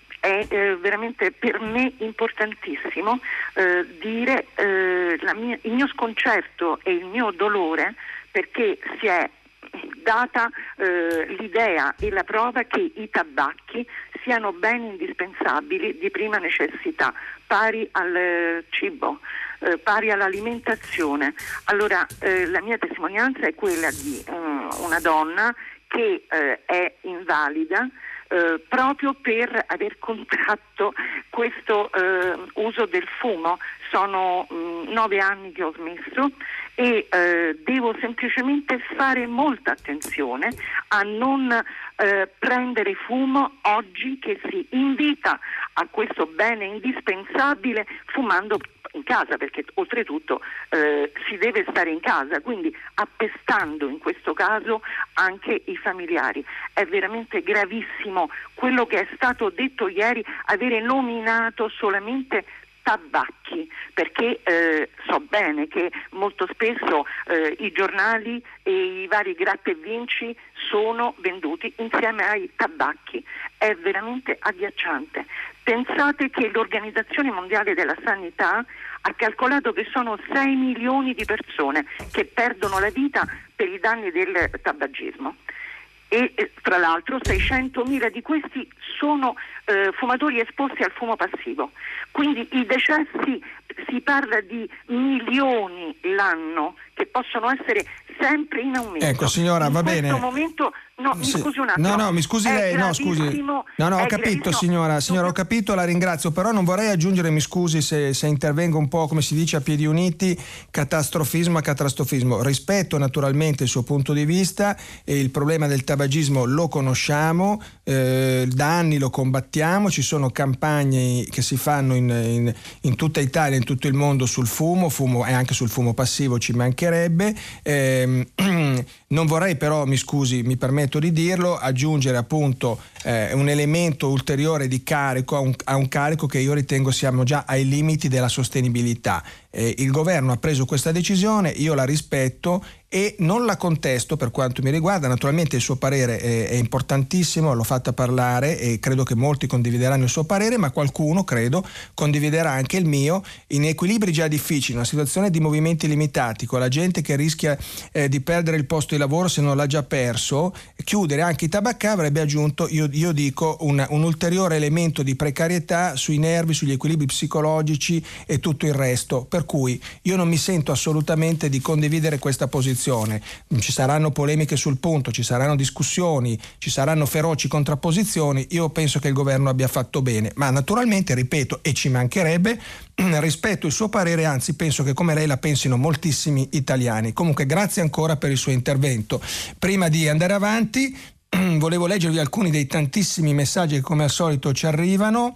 È eh, veramente per me importantissimo eh, dire eh, la mia, il mio sconcerto e il mio dolore, perché si è data eh, l'idea e la prova che i tabacchi siano beni indispensabili di prima necessità, pari al eh, cibo, eh, pari all'alimentazione. Allora eh, la mia testimonianza è quella di eh, una donna che eh, è invalida Eh, proprio per aver contratto questo eh, uso del fumo. Sono mh, nove anni che ho smesso e eh, devo semplicemente fare molta attenzione a non eh, prendere fumo oggi che si invita a questo bene indispensabile fumando in casa, perché oltretutto eh, si deve stare in casa, quindi appestando in questo caso anche i familiari. È veramente gravissimo quello che è stato detto ieri, avere nominato solamente tabacchi, perché eh, so bene che molto spesso eh, i giornali e i vari gratta e vinci sono venduti insieme ai tabacchi. È veramente agghiacciante. Pensate che l'Organizzazione Mondiale della Sanità ha calcolato che sono sei milioni di persone che perdono la vita per i danni del tabagismo. E eh, tra l'altro seicentomila di questi sono eh, fumatori esposti al fumo passivo. Quindi i decessi, si parla di milioni l'anno che possono essere sempre in aumento. Ecco signora, in va bene. In bene. questo momento, no, mi sì. scusi un attimo. No, no, mi scusi è lei, no, scusi. No, no, ho capito signora, signora, ho capito, la ringrazio, però non vorrei aggiungere, mi scusi se, se intervengo un po', come si dice a piedi uniti, catastrofismo a catastrofismo. Rispetto naturalmente il suo punto di vista e il problema del tabagismo lo conosciamo, eh, da anni lo combattiamo, ci sono campagne che si fanno in, in, in tutta Italia, in tutto il mondo sul fumo, fumo e anche sul fumo passivo, ci mancherebbe. Eh, non vorrei però, mi scusi, mi permetto di dirlo, aggiungere appunto eh, un elemento ulteriore di carico a un, a un carico che io ritengo siamo già ai limiti della sostenibilità. Eh, il governo ha preso questa decisione, io la rispetto e non la contesto per quanto mi riguarda. Naturalmente il suo parere è, è importantissimo, l'ho fatta parlare e credo che molti condivideranno il suo parere, ma qualcuno credo condividerà anche il mio. In equilibri già difficili, una situazione di movimenti limitati, con la gente che rischia eh, di perdere il posto di lavoro se non l'ha già perso, chiudere anche i tabaccai avrebbe aggiunto, io, io dico, un, un ulteriore elemento di precarietà sui nervi, sugli equilibri psicologici e tutto il resto, per cui io non mi sento assolutamente di condividere questa posizione. Ci saranno polemiche sul punto, ci saranno discussioni, ci saranno feroci contrapposizioni. Io penso che il governo abbia fatto bene, ma naturalmente, ripeto, e ci mancherebbe, rispetto il suo parere, anzi penso che come lei la pensino moltissimi italiani. Comunque grazie ancora per il suo intervento. Prima di andare avanti volevo leggervi alcuni dei tantissimi messaggi che come al solito ci arrivano.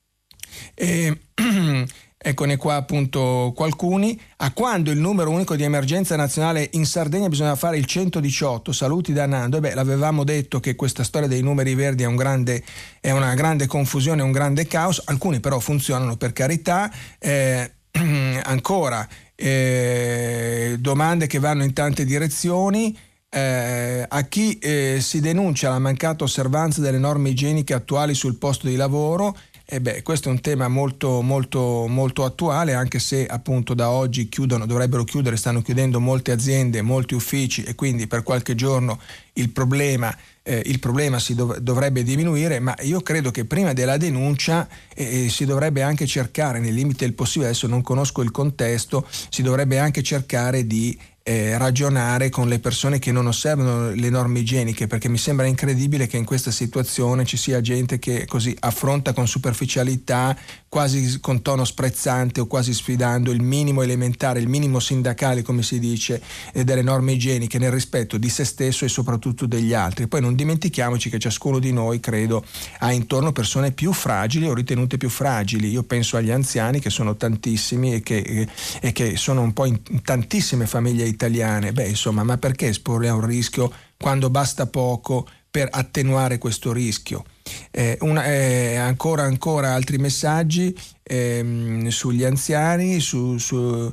E eccone qua appunto alcuni. A quando il numero unico di emergenza nazionale in Sardegna bisogna fare il centodiciotto? Saluti da Nando. E beh, l'avevamo detto che questa storia dei numeri verdi è un grande, è una grande confusione, un grande caos. Alcuni però funzionano, per carità. Eh, ancora eh, domande che vanno in tante direzioni. Eh, a chi eh, si denuncia la mancata osservanza delle norme igieniche attuali sul posto di lavoro, e beh, questo è un tema molto molto molto attuale, anche se appunto da oggi chiudono, dovrebbero chiudere, stanno chiudendo molte aziende, molti uffici, e quindi per qualche giorno il problema eh, il problema si dov- dovrebbe diminuire, ma io credo che prima della denuncia eh, si dovrebbe anche cercare, nel limite del possibile, adesso non conosco il contesto, si dovrebbe anche cercare di Eh, ragionare con le persone che non osservano le norme igieniche, perché mi sembra incredibile che in questa situazione ci sia gente che così affronta con superficialità, quasi con tono sprezzante o quasi sfidando il minimo elementare, il minimo sindacale, come si dice, eh, delle norme igieniche, nel rispetto di se stesso e soprattutto degli altri. Poi non dimentichiamoci che ciascuno di noi, credo, ha intorno persone più fragili o ritenute più fragili. Io penso agli anziani, che sono tantissimi e che, eh, e che sono un po' in, in tantissime famiglie italiane. Beh, insomma, ma perché esporle a un rischio quando basta poco per attenuare questo rischio? Eh, una, eh, ancora ancora altri messaggi ehm, sugli anziani, su, su,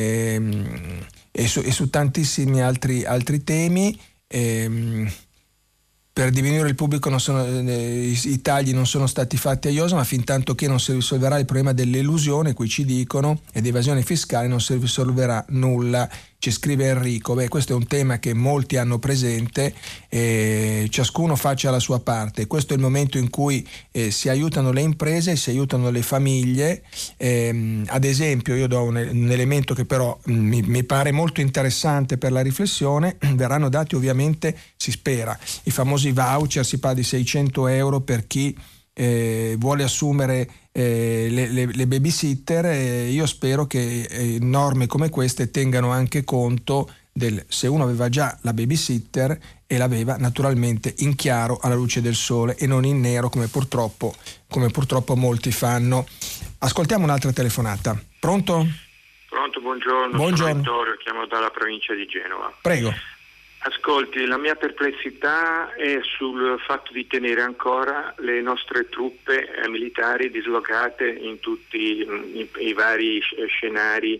ehm, e, su, e su tantissimi altri, altri temi. Ehm, Per diminuire il pubblico non sono, eh, i, i tagli non sono stati fatti a iosa, ma fin tanto che non si risolverà il problema dell'elusione, qui ci dicono, ed evasione fiscale, non si risolverà nulla, ci scrive Enrico. Beh, questo è un tema che molti hanno presente, eh, ciascuno faccia la sua parte. Questo è il momento in cui eh, si aiutano le imprese, si aiutano le famiglie. Eh, ad esempio, io do un, un elemento che però mh, mi, mi pare molto interessante per la riflessione: verranno dati ovviamente, si spera, i famosi voucher, si parla di seicento euro per chi eh, vuole assumere eh, le, le, le babysitter. Eh, io spero che eh, norme come queste tengano anche conto del, se uno aveva già la babysitter e l'aveva naturalmente in chiaro alla luce del sole e non in nero come purtroppo, come purtroppo molti fanno. Ascoltiamo un'altra telefonata. Pronto? Pronto, buongiorno. Buongiorno. Sono Vittorio, chiamo dalla provincia di Genova. Prego. Ascolti, la mia perplessità è sul fatto di tenere ancora le nostre truppe eh, militari dislocate in tutti mh, i, i vari scenari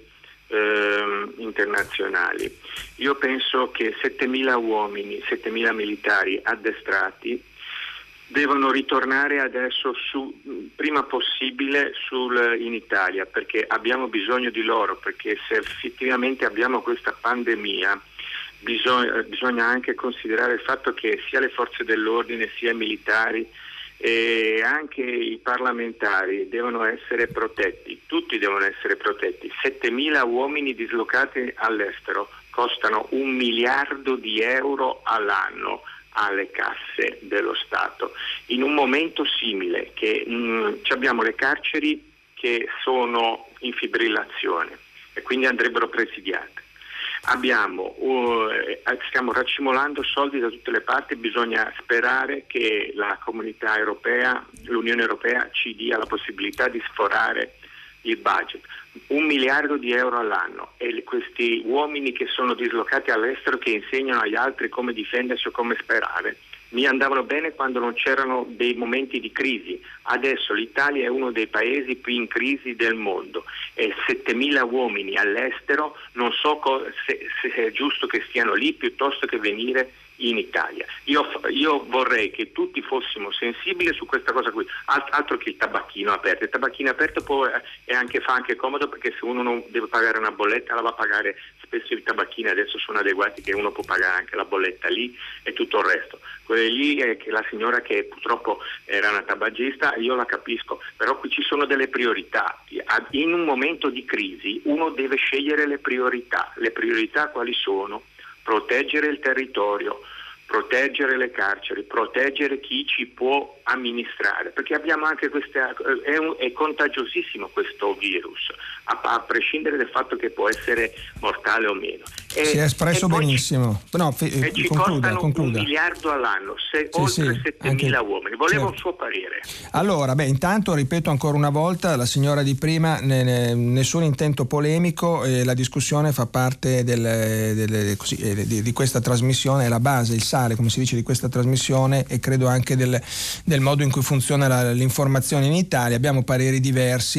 eh, internazionali. Io penso che settemila uomini, settemila militari addestrati devono ritornare adesso su, prima possibile sul, in Italia, perché abbiamo bisogno di loro, perché se effettivamente abbiamo questa pandemia Bisogna, bisogna anche considerare il fatto che sia le forze dell'ordine, sia i militari e anche i parlamentari devono essere protetti, tutti devono essere protetti. settemila uomini dislocati all'estero costano un miliardo di euro all'anno alle casse dello Stato. In un momento simile che mh, abbiamo le carceri che sono in fibrillazione e quindi andrebbero presidiate. Abbiamo, uh, stiamo racimolando soldi da tutte le parti, bisogna sperare che la comunità europea, l'Unione Europea ci dia la possibilità di sforare il budget. Un miliardo di euro all'anno e questi uomini che sono dislocati all'estero che insegnano agli altri come difendersi o come sperare. Mi andavano bene quando non c'erano dei momenti di crisi. Adesso l'Italia è uno dei paesi più in crisi del mondo e settemila uomini all'estero non so co- se, se è giusto che stiano lì piuttosto che venire in Italia. Io, io vorrei che tutti fossimo sensibili su questa cosa qui, Alt- altro che il tabacchino aperto. Il tabacchino aperto può, è anche, fa anche comodo, perché se uno non deve pagare una bolletta la va a pagare. Spesso i tabacchini adesso sono adeguati che uno può pagare anche la bolletta lì e tutto il resto. Quelle lì è che la signora che purtroppo era una tabagista, io la capisco, però qui ci sono delle priorità. In un momento di crisi uno deve scegliere le priorità. Le priorità quali sono? Proteggere il territorio, proteggere le carceri, proteggere chi ci può amministrare, perché abbiamo anche queste, è, un, è contagiosissimo questo virus, a, a prescindere dal fatto che può essere mortale o meno. E, si è espresso benissimo. Ci, no, fi, e ci concluda, costano concluda. un miliardo all'anno, se, sì, oltre sì, settemila anche, uomini. Volevo certo. il suo parere. Allora, beh, intanto ripeto ancora una volta, la signora di prima, ne, ne, nessun intento polemico, eh, la discussione fa parte del, del, così, eh, di, di questa trasmissione, è la base, il sale, come si dice, di questa trasmissione, e credo anche del, del modo in cui funziona la, l'informazione in Italia. Abbiamo pareri diversi,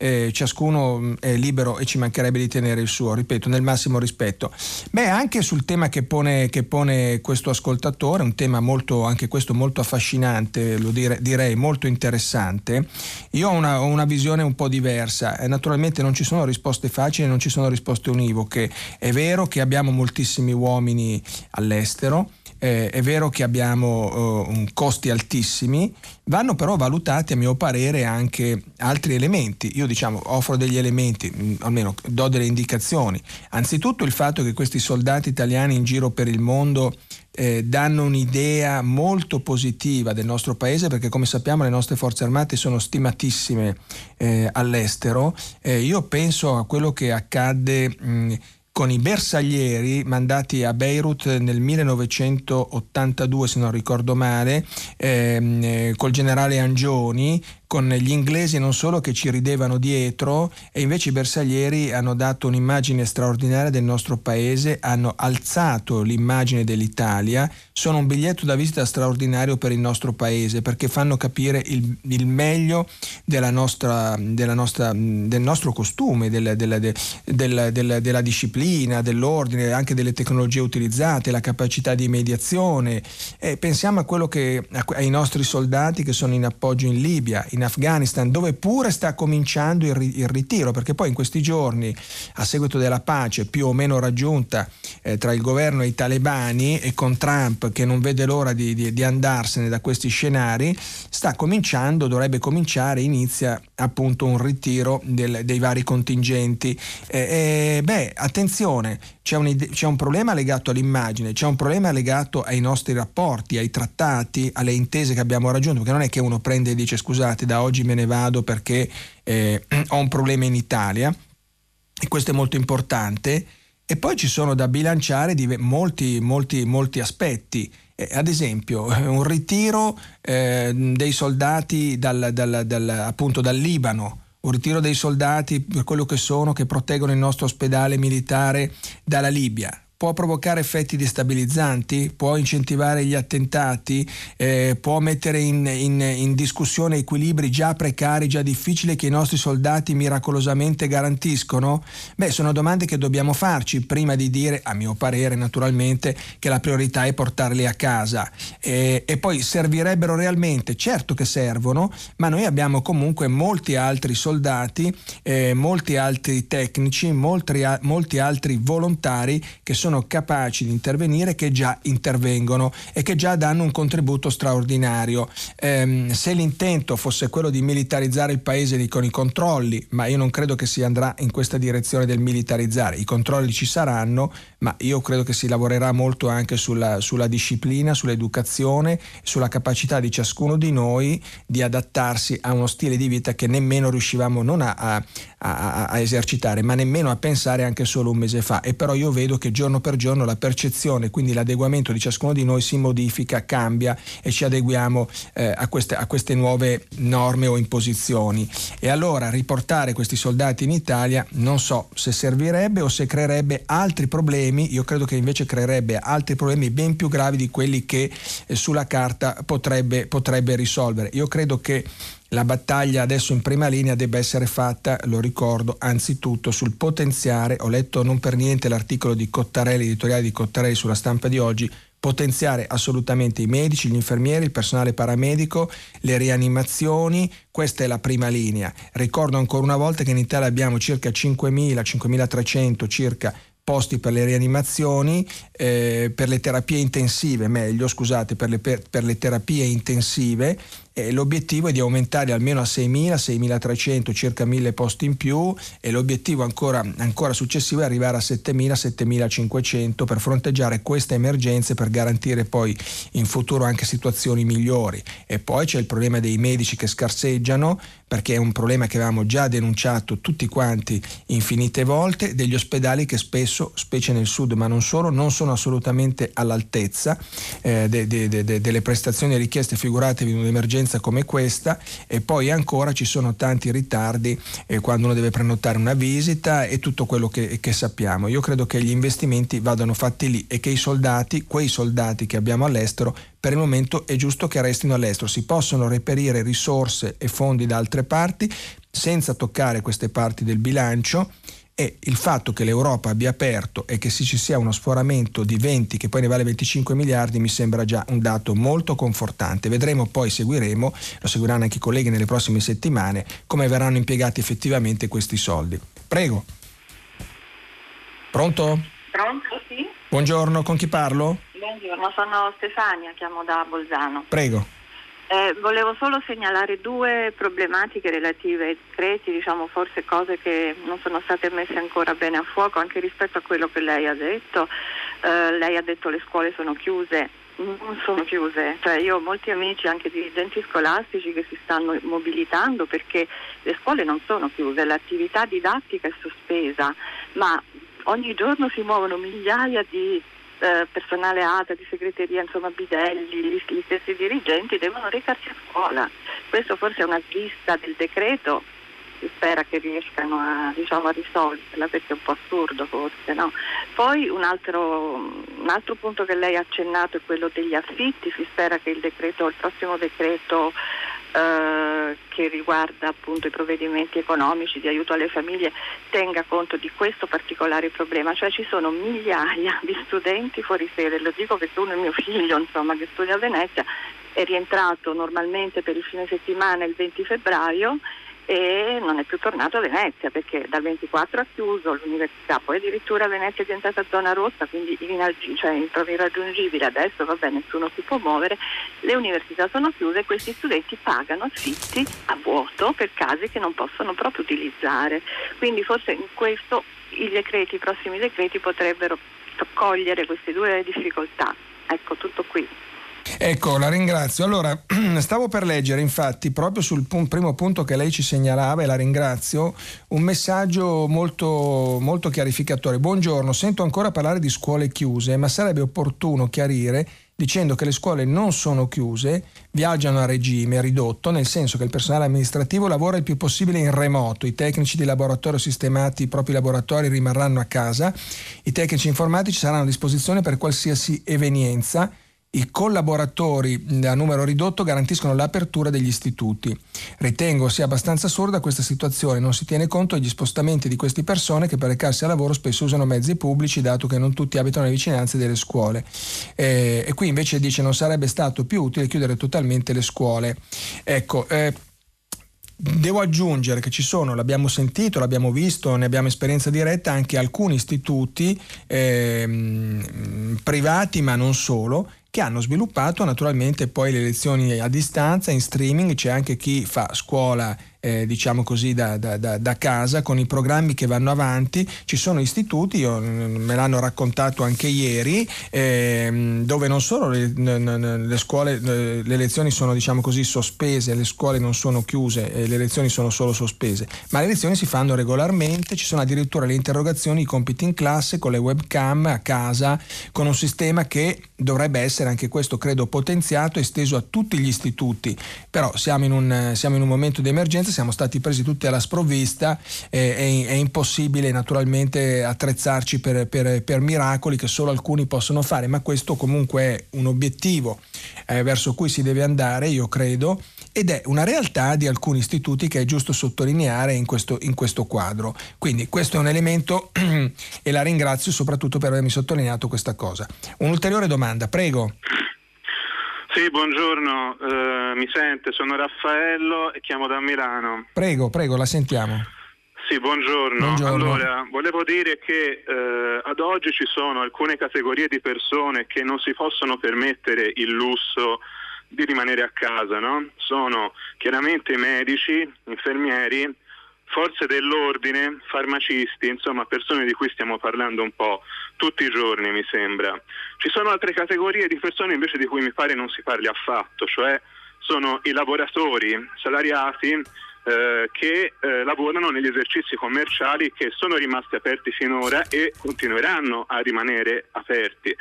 eh, ciascuno è libero e ci mancherebbe di tenere il suo, ripeto, nel massimo rispetto. Beh, anche sul tema che pone, che pone questo ascoltatore, un tema molto, anche questo molto affascinante, lo dire, direi molto interessante, io ho una, ho una visione un po' diversa. Eh, naturalmente non ci sono risposte facili, non ci sono risposte univoche. È vero che abbiamo moltissimi uomini all'estero, eh, è vero che abbiamo uh, costi altissimi, vanno però valutati a mio parere anche altri elementi. Io diciamo offro degli elementi, mh, almeno do delle indicazioni. Anzitutto il fatto che questi soldati italiani in giro per il mondo eh, danno un'idea molto positiva del nostro paese, perché come sappiamo le nostre forze armate sono stimatissime eh, all'estero. Eh, io penso a quello che accadde mh, con i bersaglieri mandati a Beirut nel millenovecentottantadue, se non ricordo male, ehm, eh, col generale Angioni, con gli inglesi non solo che ci ridevano dietro, e invece i bersaglieri hanno dato un'immagine straordinaria del nostro paese, hanno alzato l'immagine dell'Italia, sono un biglietto da visita straordinario per il nostro paese, perché fanno capire il, il meglio della nostra, della nostra, del nostro costume, del, del, del, del, del, della disciplina, dell'ordine, anche delle tecnologie utilizzate, la capacità di mediazione. E pensiamo a quello che ai nostri soldati che sono in appoggio in Libia, in Afghanistan, dove pure sta cominciando il, il ritiro, perché poi in questi giorni, a seguito della pace più o meno raggiunta eh, tra il governo e i talebani, e con Trump che non vede l'ora di, di, di andarsene da questi scenari, sta cominciando, dovrebbe cominciare, inizia appunto un ritiro del, dei vari contingenti. Eh, eh, beh, attenzione, c'è un, c'è un problema legato all'immagine, c'è un problema legato ai nostri rapporti, ai trattati, alle intese che abbiamo raggiunto, perché non è che uno prende e dice scusate, da oggi me ne vado perché eh, ho un problema in Italia, e questo è molto importante. E poi ci sono da bilanciare di molti, molti, molti aspetti. Eh, ad esempio un ritiro eh, dei soldati dal, dal, dal, appunto dal Libano, un ritiro dei soldati per quello che sono, che proteggono il nostro ospedale militare dalla Libia. Può provocare effetti destabilizzanti, può incentivare gli attentati, eh, può mettere in, in, in discussione equilibri già precari, già difficili, che i nostri soldati miracolosamente garantiscono? Beh, sono domande che dobbiamo farci prima di dire, a mio parere naturalmente, che la priorità è portarli a casa. E, e poi servirebbero realmente? Certo che servono, ma noi abbiamo comunque molti altri soldati, eh, molti altri tecnici, molti, molti altri volontari che sono capaci di intervenire, che già intervengono e che già danno un contributo straordinario. Ehm, se l'intento fosse quello di militarizzare il paese con i controlli, ma io non credo che si andrà in questa direzione del militarizzare, i controlli ci saranno, ma io credo che si lavorerà molto anche sulla, sulla disciplina, sull'educazione, sulla capacità di ciascuno di noi di adattarsi a uno stile di vita che nemmeno riuscivamo non a, a, a, a esercitare, ma nemmeno a pensare anche solo un mese fa. E però io vedo che giorno per giorno la percezione, quindi l'adeguamento di ciascuno di noi si modifica, cambia, e ci adeguiamo eh, a, queste, a queste nuove norme o imposizioni. E allora riportare questi soldati in Italia non so se servirebbe o se creerebbe altri problemi. Io credo che invece creerebbe altri problemi ben più gravi di quelli che eh, sulla carta potrebbe, potrebbe risolvere. Io credo che la battaglia adesso in prima linea debba essere fatta, lo ricordo, anzitutto sul potenziare, ho letto non per niente l'articolo di Cottarelli, editoriale di Cottarelli sulla Stampa di oggi, potenziare assolutamente i medici, gli infermieri, il personale paramedico, le rianimazioni. Questa è la prima linea. Ricordo ancora una volta che in Italia abbiamo circa cinquemila, cinquemilatrecento circa posti per le rianimazioni, eh, per le terapie intensive, meglio scusate, per le, per, per le terapie intensive. E l'obiettivo è di aumentare almeno a seimila, seimilatrecento, circa mille posti in più, e l'obiettivo ancora, ancora successivo è arrivare a settemila, settemilacinquecento per fronteggiare queste emergenze, per garantire poi in futuro anche situazioni migliori. E poi c'è il problema dei medici che scarseggiano, perché è un problema che avevamo già denunciato tutti quanti infinite volte, degli ospedali che spesso, specie nel sud ma non solo, non sono assolutamente all'altezza eh, de, de, de, de, delle prestazioni richieste. Figuratevi un'emergenza un'emergenza come questa, e poi ancora ci sono tanti ritardi eh, quando uno deve prenotare una visita e tutto quello che, che sappiamo. Io credo che gli investimenti vadano fatti lì e che i soldati, quei soldati che abbiamo all'estero, per il momento è giusto che restino all'estero. Si possono reperire risorse e fondi da altre parti senza toccare queste parti del bilancio, e il fatto che l'Europa abbia aperto e che ci sia uno sforamento di venti che poi ne vale venticinque miliardi mi sembra già un dato molto confortante. Vedremo, poi seguiremo, lo seguiranno anche i colleghi nelle prossime settimane, come verranno impiegati effettivamente questi soldi. Prego. Pronto? Pronto, sì? Buongiorno, con chi parlo? Buongiorno, sono Stefania, chiamo da Bolzano. Prego. Eh, volevo solo segnalare due problematiche relative ai decreti, diciamo forse cose che non sono state messe ancora bene a fuoco, anche rispetto a quello che lei ha detto. Eh, lei ha detto le scuole sono chiuse, non sono chiuse, cioè io ho molti amici, anche dirigenti scolastici, che si stanno mobilitando perché le scuole non sono chiuse, l'attività didattica è sospesa, ma ogni giorno si muovono migliaia di Eh, personale A T A, di segreteria, insomma bidelli, gli, gli stessi dirigenti devono recarsi a scuola. Questo forse è una svista del decreto, si spera che riescano a, diciamo, a risolverla, perché è un po' assurdo forse, no? Poi un altro, un altro punto che lei ha accennato è quello degli affitti. Si spera che il decreto, il prossimo decreto Uh, che riguarda appunto i provvedimenti economici di aiuto alle famiglie, tenga conto di questo particolare problema. Cioè ci sono migliaia di studenti fuori sede, lo dico perché uno è mio figlio, insomma, che studia a Venezia, è rientrato normalmente per il fine settimana il venti febbraio e non è più tornato a Venezia perché dal ventiquattro ha chiuso l'università, poi addirittura Venezia è diventata zona rossa, quindi inalgi- cioè irraggiungibile. Adesso vabbè, nessuno si può muovere, le università sono chiuse e questi studenti pagano affitti a vuoto per case che non possono proprio utilizzare. Quindi forse in questo i decreti, i prossimi decreti potrebbero cogliere queste due difficoltà. Ecco, tutto qui. Ecco, la ringrazio. Allora, stavo per leggere infatti proprio sul pun- primo punto che lei ci segnalava, e la ringrazio, un messaggio molto, molto chiarificatore. Buongiorno, sento ancora parlare di scuole chiuse, ma sarebbe opportuno chiarire dicendo che le scuole non sono chiuse, viaggiano a regime ridotto, nel senso che il personale amministrativo lavora il più possibile in remoto, i tecnici di laboratorio sistemati i propri laboratori rimarranno a casa, i tecnici informatici saranno a disposizione per qualsiasi evenienza. I collaboratori a numero ridotto garantiscono l'apertura degli istituti. Ritengo sia abbastanza assurda questa situazione, non si tiene conto degli spostamenti di queste persone che per recarsi al lavoro spesso usano mezzi pubblici, dato che non tutti abitano alle vicinanze delle scuole. Eh, e qui invece dice non sarebbe stato più utile chiudere totalmente le scuole. Ecco, eh, devo aggiungere che ci sono, l'abbiamo sentito, l'abbiamo visto, ne abbiamo esperienza diretta, anche alcuni istituti eh, privati, ma non solo, che hanno sviluppato naturalmente poi le lezioni a distanza, in streaming. C'è anche chi fa scuola eh, diciamo così da, da, da, da casa con i programmi che vanno avanti. Ci sono istituti, io, me l'hanno raccontato anche ieri, eh, dove non solo le, le scuole, le lezioni sono diciamo così sospese, le scuole non sono chiuse, eh, le lezioni sono solo sospese, ma le lezioni si fanno regolarmente, ci sono addirittura le interrogazioni, i compiti in classe con le webcam a casa, con un sistema che dovrebbe essere anche questo credo potenziato, esteso a tutti gli istituti. Però siamo in un, siamo in un momento di emergenza, siamo stati presi tutti alla sprovvista, eh, è, è impossibile naturalmente attrezzarci per, per, per miracoli che solo alcuni possono fare, ma questo comunque è un obiettivo eh, verso cui si deve andare, io credo, ed è una realtà di alcuni istituti che è giusto sottolineare in questo, in questo quadro. Quindi questo è un elemento e la ringrazio soprattutto per avermi sottolineato questa cosa. Un'ulteriore domanda, prego. Sì, buongiorno, eh, mi sente, sono Raffaello e chiamo da Milano. Prego, prego, la sentiamo. Sì, buongiorno. Buongiorno. Allora, volevo dire che eh, ad oggi ci sono alcune categorie di persone che non si possono permettere il lusso di rimanere a casa, no? Sono chiaramente i medici, infermieri, forze dell'ordine, farmacisti, insomma persone di cui stiamo parlando un po' tutti i giorni, mi sembra. Ci sono altre categorie di persone invece di cui mi pare non si parli affatto, cioè sono i lavoratori salariati eh, che eh, lavorano negli esercizi commerciali che sono rimasti aperti finora e continueranno a rimanere aperti.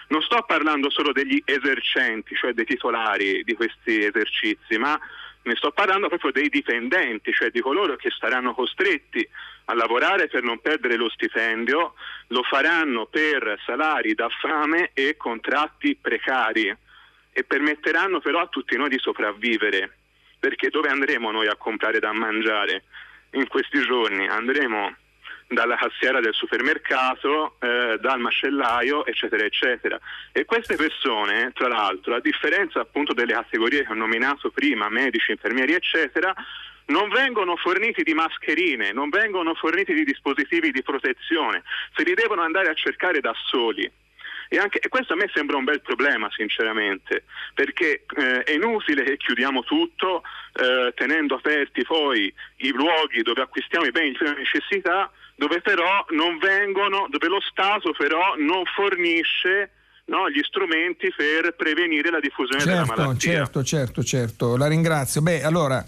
Non sto parlando solo degli esercenti, cioè dei titolari di questi esercizi, ma ne sto parlando proprio dei dipendenti, cioè di coloro che saranno costretti a lavorare per non perdere lo stipendio, lo faranno per salari da fame e contratti precari e permetteranno però a tutti noi di sopravvivere, perché dove andremo noi a comprare da mangiare in questi giorni? Andremo dalla cassiera del supermercato, eh, dal macellaio, eccetera, eccetera. E queste persone, tra l'altro, a differenza appunto delle categorie che ho nominato prima, medici, infermieri, eccetera, non vengono forniti di mascherine, non vengono forniti di dispositivi di protezione, se li devono andare a cercare da soli. E, anche, e questo a me sembra un bel problema, sinceramente, perché eh, è inutile che chiudiamo tutto eh, tenendo aperti poi i luoghi dove acquistiamo i beni di prima necessità, dove però non vengono, dove lo Stato però non fornisce, no, gli strumenti per prevenire la diffusione certo, della malattia. Certo, certo, certo, la ringrazio. Beh, allora,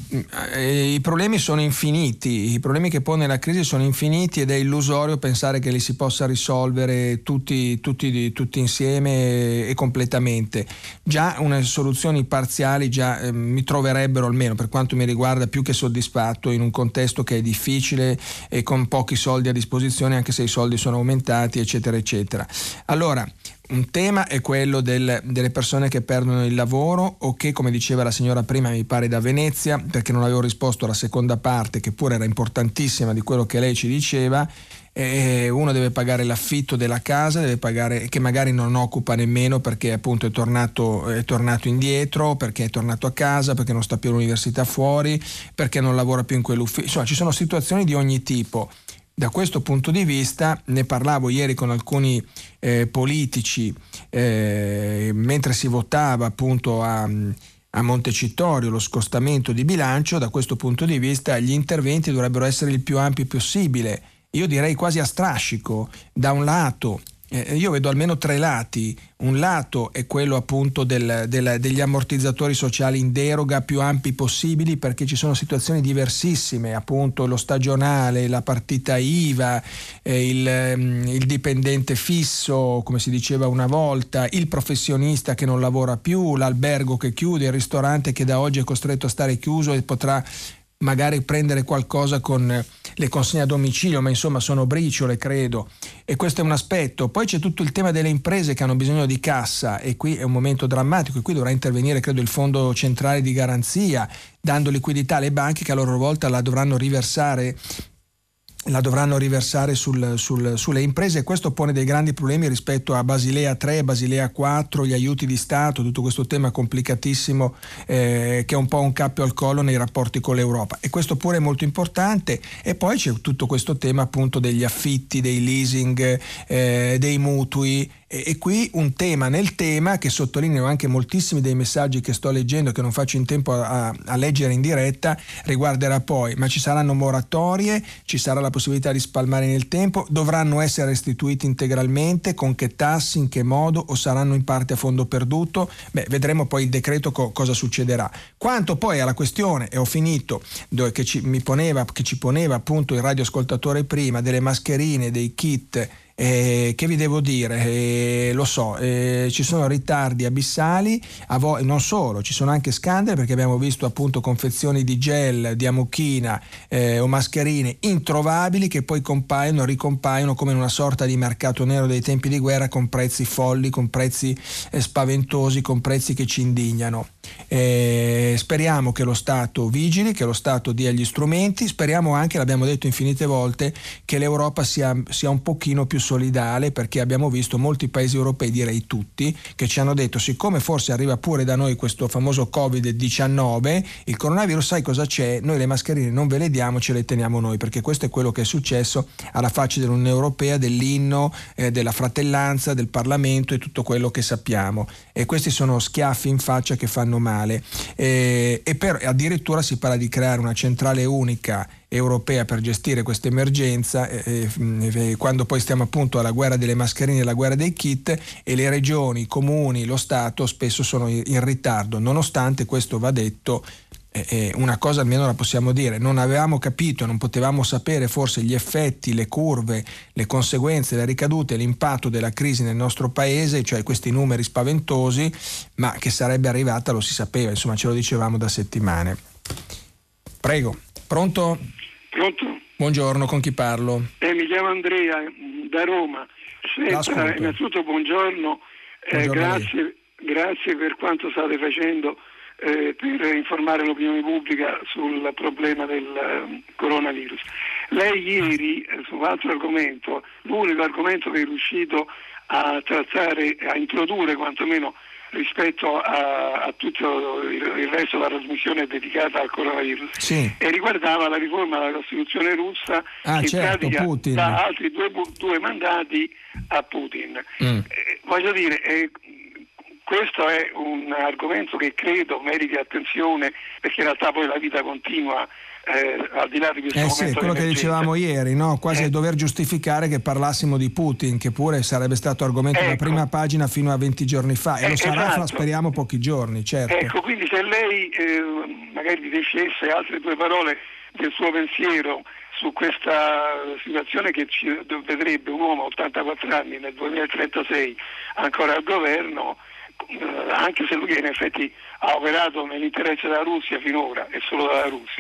eh, i problemi sono infiniti, i problemi che pone la crisi sono infiniti ed è illusorio pensare che li si possa risolvere tutti, tutti, tutti insieme e completamente. Già una soluzioni parziali già eh, mi troverebbero, almeno per quanto mi riguarda, più che soddisfatto in un contesto che è difficile e con pochi soldi a disposizione, anche se i soldi sono aumentati, eccetera, eccetera. Allora, un tema è quello del, delle persone che perdono il lavoro o che, come diceva la signora prima, mi pare da Venezia, perché non avevo risposto alla seconda parte che pure era importantissima di quello che lei ci diceva, eh, uno deve pagare l'affitto della casa, deve pagare, che magari non occupa nemmeno perché appunto è tornato, è tornato indietro, perché è tornato a casa, perché non sta più all'università fuori, perché non lavora più in quell'ufficio. Insomma, ci sono situazioni di ogni tipo. Da questo punto di vista, ne parlavo ieri con alcuni eh, politici eh, mentre si votava appunto a, a Montecitorio lo scostamento di bilancio. Da questo punto di vista gli interventi dovrebbero essere il più ampi possibile, io direi quasi a strascico. Da un lato Eh, io vedo almeno tre lati. Un lato è quello appunto del, del, degli ammortizzatori sociali in deroga più ampi possibili, perché ci sono situazioni diversissime, appunto lo stagionale, la partita I V A, eh, il, il dipendente fisso, come si diceva una volta, il professionista che non lavora più, l'albergo che chiude, il ristorante che da oggi è costretto a stare chiuso e potrà magari prendere qualcosa con le consegne a domicilio, ma insomma sono briciole, credo, e questo è un aspetto. Poi c'è tutto il tema delle imprese che hanno bisogno di cassa, e qui è un momento drammatico, e qui dovrà intervenire, credo, il Fondo Centrale di Garanzia, dando liquidità alle banche che a loro volta la dovranno riversare la dovranno riversare sul, sul, sulle imprese, e questo pone dei grandi problemi rispetto a Basilea tre, Basilea quattro, gli aiuti di Stato, tutto questo tema complicatissimo eh, che è un po' un cappio al collo nei rapporti con l'Europa, e questo pure è molto importante. E poi c'è tutto questo tema appunto degli affitti, dei leasing, eh, dei mutui, e, e qui un tema nel tema che sottolineano anche moltissimi dei messaggi che sto leggendo, che non faccio in tempo a, a leggere in diretta, riguarderà poi, ma ci saranno moratorie, ci sarà la possibilità di spalmare nel tempo, dovranno essere restituiti integralmente, con che tassi, in che modo, o saranno in parte a fondo perduto? Beh, vedremo poi il decreto co- cosa succederà. Quanto poi alla questione, e ho finito, dove, che, ci, mi poneva, che ci poneva appunto il radioascoltatore prima, delle mascherine, dei kit, Eh, che vi devo dire? Eh, lo so, eh, ci sono ritardi abissali, a vo- non solo, ci sono anche scandali, perché abbiamo visto appunto confezioni di gel, di amuchina eh, o mascherine introvabili che poi compaiono, ricompaiono come in una sorta di mercato nero dei tempi di guerra, con prezzi folli, con prezzi eh, spaventosi, con prezzi che ci indignano. Eh, speriamo che lo Stato vigili, che lo Stato dia gli strumenti, speriamo anche, l'abbiamo detto infinite volte, che l'Europa sia, sia un pochino più solidale, perché abbiamo visto molti paesi europei, direi tutti, che ci hanno detto: siccome forse arriva pure da noi questo famoso covid diciannove, il coronavirus, sai cosa c'è? Noi le mascherine non ve le diamo, ce le teniamo noi, perché questo è quello che è successo alla faccia dell'Unione Europea, dell'inno, eh, della fratellanza, del Parlamento e tutto quello che sappiamo, e questi sono schiaffi in faccia che fanno male. Eh, e per, addirittura si parla di creare una centrale unica europea per gestire questa emergenza, eh, eh, quando poi stiamo appunto alla guerra delle mascherine e alla guerra dei kit, e le regioni, i comuni, lo Stato spesso sono in ritardo, nonostante, questo va detto, eh, una cosa almeno la possiamo dire: non avevamo capito, non potevamo sapere forse gli effetti, le curve, le conseguenze, le ricadute, l'impatto della crisi nel nostro paese, cioè questi numeri spaventosi, ma che sarebbe arrivata lo si sapeva, insomma ce lo dicevamo da settimane. Prego. Pronto? Pronto? Buongiorno, con chi parlo? Eh, mi chiamo Andrea, da Roma. Senta, innanzitutto buongiorno, eh, buongiorno grazie, grazie per quanto state facendo eh, per informare l'opinione pubblica sul problema del uh, coronavirus. Lei ieri, eh, su un altro argomento, l'unico argomento che è riuscito a trattare, a introdurre quantomeno rispetto a, a tutto il, il resto della trasmissione dedicata al coronavirus, sì, e riguardava la riforma della Costituzione russa, ah, che certo, in pratica Putin dà altri due, due mandati a Putin. Mm. Eh, voglio dire, eh, questo è un argomento che credo meriti attenzione, perché in realtà poi la vita continua eh, al di là di questo eh momento. Sì, quello che dicevamo ieri, no? Quasi eh. dover giustificare che parlassimo di Putin, che pure sarebbe stato argomento ecco. da prima pagina fino a venti giorni fa, e eh, lo sarà esatto. fra speriamo pochi giorni, certo. Ecco, quindi se lei eh, magari dicesse altre due parole del suo pensiero su questa situazione che ci vedrebbe un uomo a ottantaquattro anni nel duemilatrentasei ancora al governo, eh, anche se lui in effetti ha operato nell'interesse della Russia finora e solo della Russia.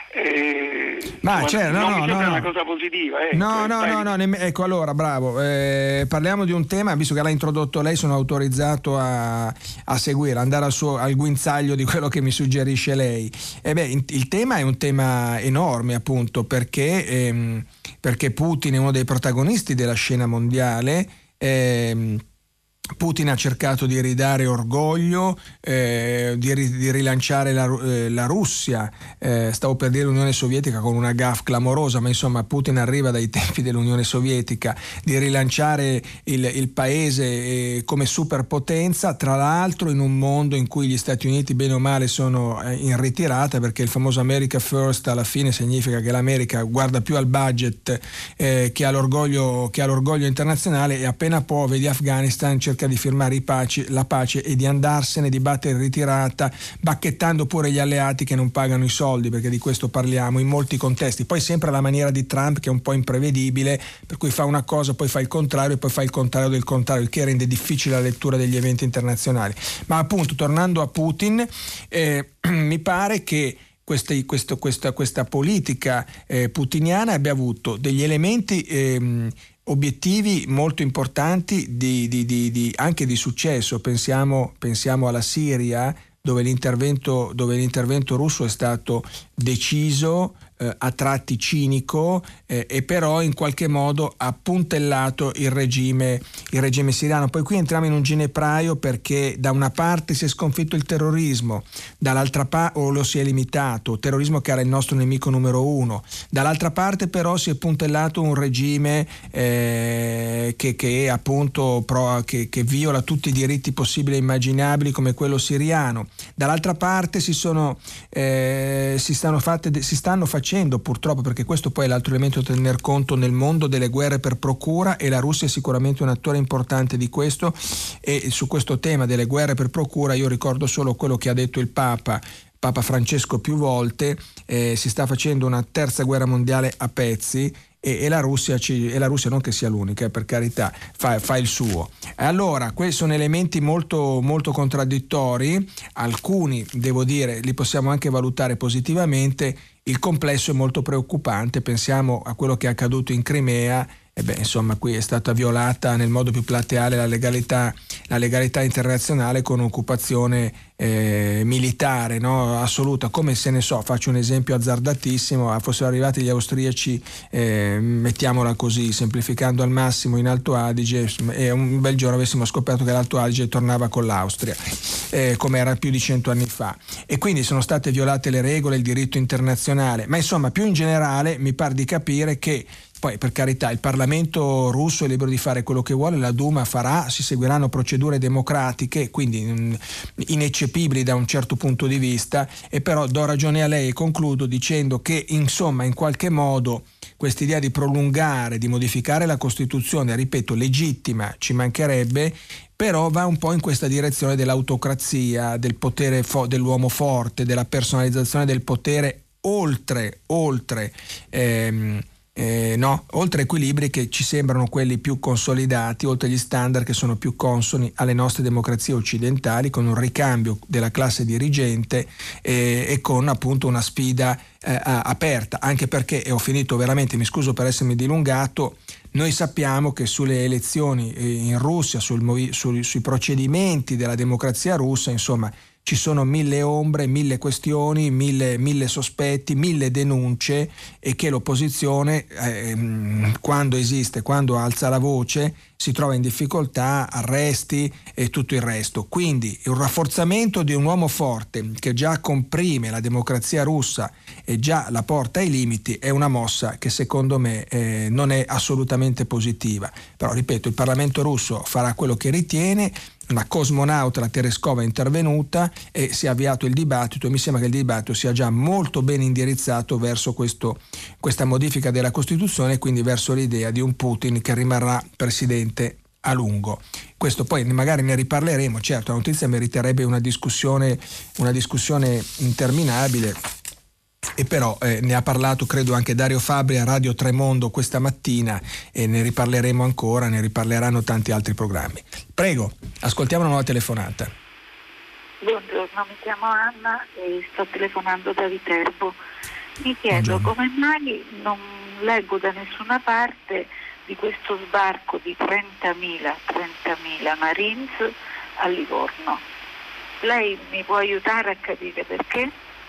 Eh, Ma insomma, certo, non no, mi no, sembra no. una cosa positiva. Ecco, no, no, no, no, nemm- ecco allora, bravo. Eh, parliamo di un tema, visto che l'ha introdotto lei, sono autorizzato a, a seguire, andare al, suo, al guinzaglio di quello che mi suggerisce lei. E beh, in, il tema è un tema enorme, appunto, perché, ehm, perché Putin è uno dei protagonisti della scena mondiale. Ehm, Putin ha cercato di ridare orgoglio, eh, di, ri, di rilanciare la, eh, la Russia, eh, stavo per dire l'Unione Sovietica con una gaffe clamorosa, ma insomma Putin arriva dai tempi dell'Unione Sovietica, di rilanciare il, il paese eh, come superpotenza, tra l'altro in un mondo in cui gli Stati Uniti bene o male sono eh, in ritirata, perché il famoso America First alla fine significa che l'America guarda più al budget eh, che, all'orgoglio, che all'orgoglio internazionale, e appena può, vedi Afghanistan, cerca di firmare i paci, la pace e di andarsene, di battere in ritirata, bacchettando pure gli alleati che non pagano i soldi, perché di questo parliamo in molti contesti. Poi sempre alla maniera di Trump, che è un po' imprevedibile, per cui fa una cosa, poi fa il contrario e poi fa il contrario del contrario, il che rende difficile la lettura degli eventi internazionali. Ma appunto, tornando a Putin, eh, mi pare che Questa, questo, questa, questa politica eh, putiniana abbia avuto degli elementi ehm, obiettivi molto importanti di, di, di, di, anche di successo. Pensiamo, pensiamo alla Siria, dove l'intervento, dove l'intervento russo è stato deciso, eh, a tratti cinico, eh, e però in qualche modo ha puntellato il regime, il regime siriano. Poi qui entriamo in un ginepraio, perché da una parte si è sconfitto il terrorismo, dall'altra parte, o lo si è limitato, terrorismo che era il nostro nemico numero uno, dall'altra parte però si è puntellato un regime eh, che, che appunto pro, che, che viola tutti i diritti possibili e immaginabili, come quello siriano. Dall'altra parte si sono eh, si stanno fatte si stanno facendo purtroppo, perché questo poi è l'altro elemento da tener conto nel mondo, delle guerre per procura, e la Russia è sicuramente un attore importante di questo. E su questo tema delle guerre per procura io ricordo solo quello che ha detto il Papa Papa Francesco più volte: eh, si sta facendo una terza guerra mondiale a pezzi, e la Russia, ci, e la Russia non che sia l'unica, per carità, fa, fa il suo. Allora, questi sono elementi molto, molto contraddittori, alcuni, devo dire, li possiamo anche valutare positivamente, il complesso è molto preoccupante. Pensiamo a quello che è accaduto in Crimea. E beh, insomma, qui è stata violata nel modo più plateale la legalità, la legalità internazionale, con un'occupazione eh, militare, no? Assoluta, come se ne so, faccio un esempio azzardatissimo, fossero arrivati gli austriaci, eh, mettiamola così, semplificando al massimo, in Alto Adige, e un bel giorno avessimo scoperto che l'Alto Adige tornava con l'Austria, eh, come era più di cento anni fa, e quindi sono state violate le regole, il diritto internazionale. Ma insomma, più in generale mi par di capire che poi, per carità, il Parlamento russo è libero di fare quello che vuole, la Duma farà, si seguiranno procedure democratiche, quindi mh, ineccepibili da un certo punto di vista, e però do ragione a lei e concludo dicendo che insomma in qualche modo quest'idea di prolungare, di modificare la Costituzione, ripeto, legittima, ci mancherebbe, però va un po' in questa direzione dell'autocrazia, del potere fo- dell'uomo forte, della personalizzazione del potere oltre, oltre ehm, Eh, no, oltre equilibri che ci sembrano quelli più consolidati, oltre gli standard che sono più consoni alle nostre democrazie occidentali, con un ricambio della classe dirigente eh, e con appunto una sfida eh, aperta, anche perché, e ho finito veramente, mi scuso per essermi dilungato, noi sappiamo che sulle elezioni in Russia, sul movi- sui, sui procedimenti della democrazia russa, insomma, ci sono mille ombre, mille questioni, mille, mille sospetti, mille denunce, e che l'opposizione eh, quando esiste, quando alza la voce, si trova in difficoltà, arresti e tutto il resto. Quindi un rafforzamento di un uomo forte che già comprime la democrazia russa e già la porta ai limiti è una mossa che secondo me eh, non è assolutamente positiva. Però ripeto, il Parlamento russo farà quello che ritiene. Una cosmonauta, la Tereskova, è intervenuta e si è avviato il dibattito, e mi sembra che il dibattito sia già molto ben indirizzato verso questo, questa modifica della Costituzione, quindi verso l'idea di un Putin che rimarrà presidente a lungo. Questo poi magari ne riparleremo, certo la notizia meriterebbe una discussione, una discussione interminabile. E però eh, ne ha parlato credo anche Dario Fabbri a Radio Tremondo questa mattina, e ne riparleremo ancora, ne riparleranno tanti altri programmi. Prego, ascoltiamo una nuova telefonata. Buongiorno, mi chiamo Anna e sto telefonando da Viterbo. Mi chiedo Buongiorno. Come mai non leggo da nessuna parte di questo sbarco di trentamila Marines a Livorno. Lei mi può aiutare a capire perché?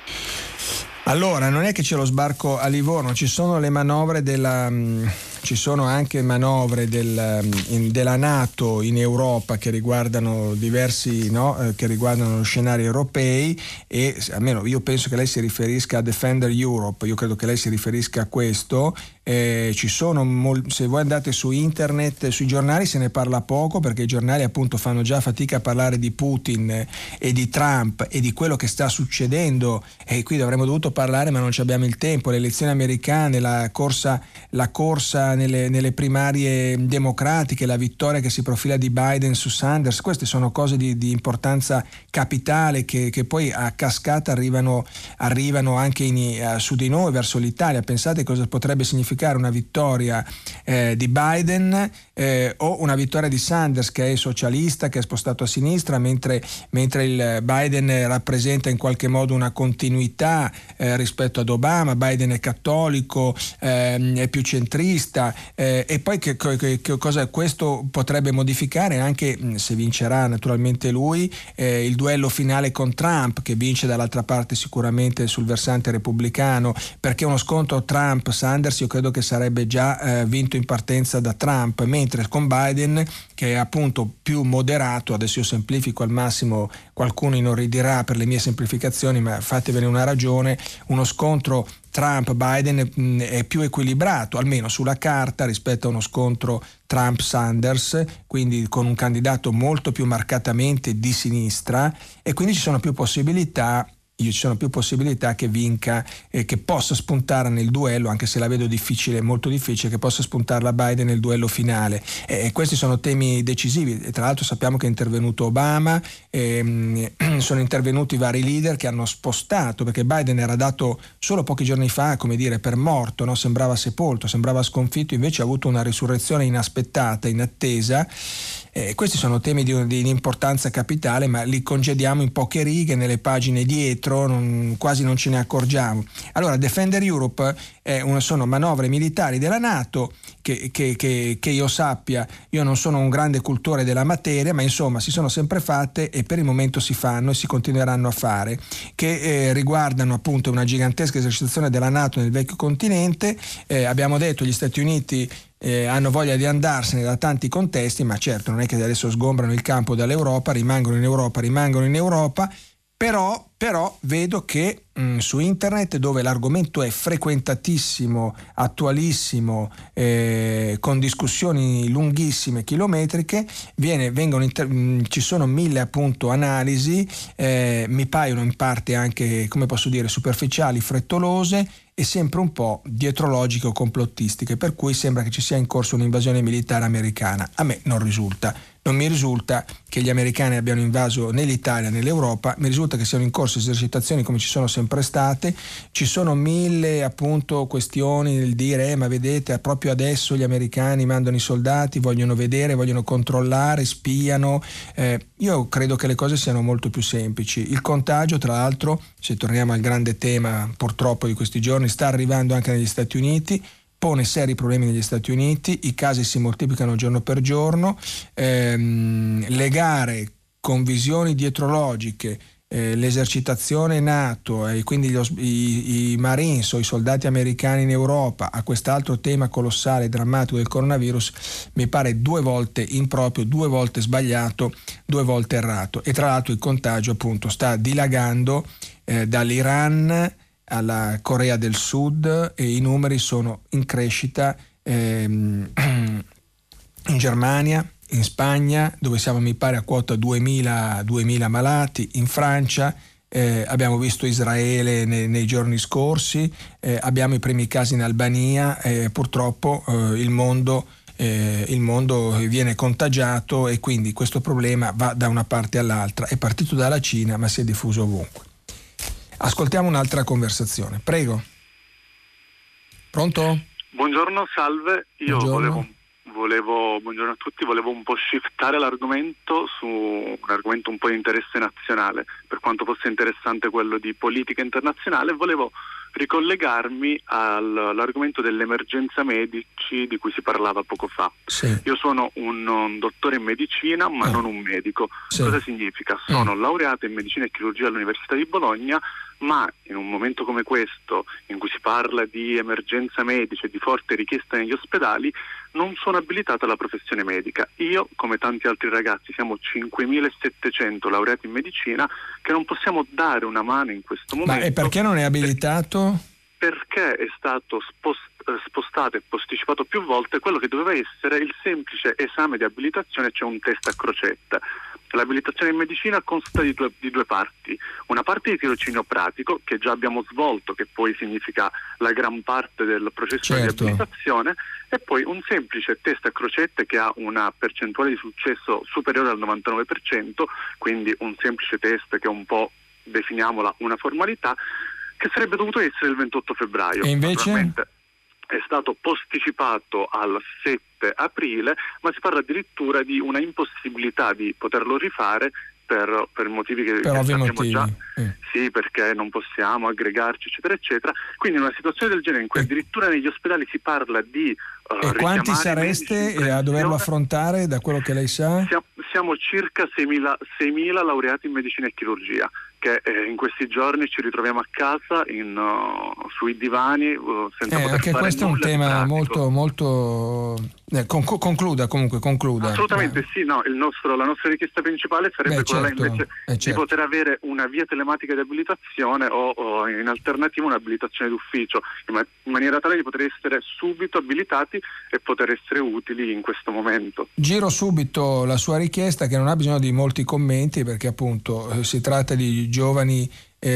Allora, non è che c'è lo sbarco a Livorno, ci sono le manovre della... ci sono anche manovre del, in, della NATO in Europa che riguardano diversi, no, eh, che riguardano scenari europei, e almeno io penso che lei si riferisca a Defender Europe, io credo che lei si riferisca a questo. Eh, ci sono mol- se voi andate su internet, sui giornali se ne parla poco, perché i giornali appunto fanno già fatica a parlare di Putin eh, e di Trump e di quello che sta succedendo, e qui dovremmo dovuto parlare ma non ci abbiamo il tempo, le elezioni americane, la corsa, la corsa nelle, nelle primarie democratiche, la vittoria che si profila di Biden su Sanders. Queste sono cose di, di importanza capitale che, che poi a cascata arrivano, arrivano anche in, uh, su di noi, verso l'Italia. Pensate cosa potrebbe significare una vittoria eh, di Biden eh, o una vittoria di Sanders, che è socialista, che è spostato a sinistra, mentre, mentre il Biden rappresenta in qualche modo una continuità eh, rispetto ad Obama. Biden è cattolico, eh, è più centrista, eh, e poi che, che, che cosa questo potrebbe modificare anche, se vincerà naturalmente lui, eh, il duello finale con Trump, che vince dall'altra parte sicuramente sul versante repubblicano, perché uno scontro Trump-Sanders io credo che sarebbe già eh, vinto in partenza da Trump, mentre con Biden, che è appunto più moderato, adesso io semplifico al massimo, qualcuno inorridirà per le mie semplificazioni, ma fatevene una ragione, uno scontro Trump-Biden è più equilibrato, almeno sulla carta, rispetto a uno scontro Trump-Sanders, quindi con un candidato molto più marcatamente di sinistra, e quindi ci sono più possibilità ci sono più possibilità che vinca e eh, che possa spuntare nel duello, anche se la vedo difficile, molto difficile, che possa spuntarla Biden nel duello finale. E eh, questi sono temi decisivi, e tra l'altro sappiamo che è intervenuto Obama, ehm, sono intervenuti vari leader che hanno spostato, perché Biden era dato solo pochi giorni fa, come dire, per morto, no? Sembrava sepolto, sembrava sconfitto, invece ha avuto una risurrezione inaspettata, inattesa. Eh, questi sono temi di, di importanza capitale, ma li congediamo in poche righe nelle pagine dietro, non, quasi non ce ne accorgiamo. Allora, Defender Europe è una, sono manovre militari della NATO che, che, che, che io sappia, io non sono un grande cultore della materia, ma insomma si sono sempre fatte e per il momento si fanno e si continueranno a fare, che eh, riguardano appunto una gigantesca esercitazione della NATO nel vecchio continente. Eh, abbiamo detto gli Stati Uniti Eh, hanno voglia di andarsene da tanti contesti, ma certo non è che adesso sgombrano il campo dall'Europa, rimangono in Europa, rimangono in Europa, però, però vedo che mh, su internet, dove l'argomento è frequentatissimo, attualissimo, eh, con discussioni lunghissime, chilometriche, viene, vengono inter- mh, ci sono mille appunto analisi, eh, mi paiono in parte anche, come posso dire, superficiali, frettolose, e sempre un po' dietrologiche o complottistiche, per cui sembra che ci sia in corso un'invasione militare americana. A me non risulta. Non mi risulta che gli americani abbiano invaso né l'Italia né l'Europa, mi risulta che siano in corso esercitazioni come ci sono sempre state. Ci sono mille appunto questioni nel dire eh, ma vedete proprio adesso gli americani mandano i soldati, vogliono vedere, vogliono controllare, spiano. Eh, io credo che le cose siano molto più semplici. Il contagio, tra l'altro, se torniamo al grande tema purtroppo di questi giorni, sta arrivando anche negli Stati Uniti, pone seri problemi negli Stati Uniti, i casi si moltiplicano giorno per giorno, ehm, legare con visioni dietrologiche eh, l'esercitazione NATO e quindi gli, i, i Marines o i soldati americani in Europa a quest'altro tema colossale e drammatico del coronavirus mi pare due volte improprio, due volte sbagliato, due volte errato. E tra l'altro il contagio appunto sta dilagando eh, dall'Iran alla Corea del Sud e i numeri sono in crescita ehm, in Germania, in Spagna, dove siamo mi pare a quota duemila malati, in Francia, eh, abbiamo visto Israele nei, nei giorni scorsi, eh, abbiamo i primi casi in Albania, eh, purtroppo eh, il mondo Eh, il mondo viene contagiato e quindi questo problema va da una parte all'altra. È partito dalla Cina ma si è diffuso ovunque. Ascoltiamo un'altra conversazione, prego. Pronto? Buongiorno, salve. Io Buongiorno. volevo, volevo, buongiorno a tutti, volevo un po' shiftare l'argomento su un argomento un po' di interesse nazionale, per quanto fosse interessante quello di politica internazionale. Volevo ricollegarmi all'argomento dell'emergenza medici di cui si parlava poco fa. Sì. Io sono un, un dottore in medicina ma ah. non un medico. Sì. Cosa significa? Sono mm. laureato in medicina e chirurgia all'Università di Bologna, ma in un momento come questo in cui si parla di emergenza medica e di forte richiesta negli ospedali non sono abilitato alla professione medica. Io, come tanti altri ragazzi, siamo cinquemilasettecento laureati in medicina che non possiamo dare una mano in questo momento. Ma e perché non è abilitato? Perché è stato spost- spostato e posticipato più volte quello che doveva essere il semplice esame di abilitazione, cioè un test a crocetta. L'abilitazione in medicina consta di due, di due parti. Una parte di tirocinio pratico, che già abbiamo svolto, che poi significa la gran parte del processo certo. di abilitazione, e poi un semplice test a crocette che ha una percentuale di successo superiore al novantanove per cento, quindi un semplice test che è un po', definiamola, una formalità, che sarebbe dovuto essere il ventotto febbraio. E invece? È stato posticipato al sette aprile, ma si parla addirittura di una impossibilità di poterlo rifare per, per motivi che, per che ovvi sappiamo motivi. già. Eh. Sì, perché non possiamo aggregarci, eccetera, eccetera. Quindi in una situazione del genere in cui eh. addirittura negli ospedali si parla di uh, e quanti sareste a doverlo affrontare da quello che lei sa? Siamo, siamo circa seimila laureati in medicina e chirurgia che eh, in questi giorni ci ritroviamo a casa in, uh, sui divani uh, senza eh, poter anche fare questo è un nulla di tema pratico. molto molto eh, con, concluda comunque concluda assolutamente eh. sì, no, il nostro, la nostra richiesta principale sarebbe Beh, quella certo, invece eh, certo. di poter avere una via telematica di abilitazione o, o in alternativa un'abilitazione d'ufficio in, ma- in maniera tale di poter essere subito abilitati e poter essere utili in questo momento. Giro subito la sua richiesta, che non ha bisogno di molti commenti perché appunto eh, si tratta di giovani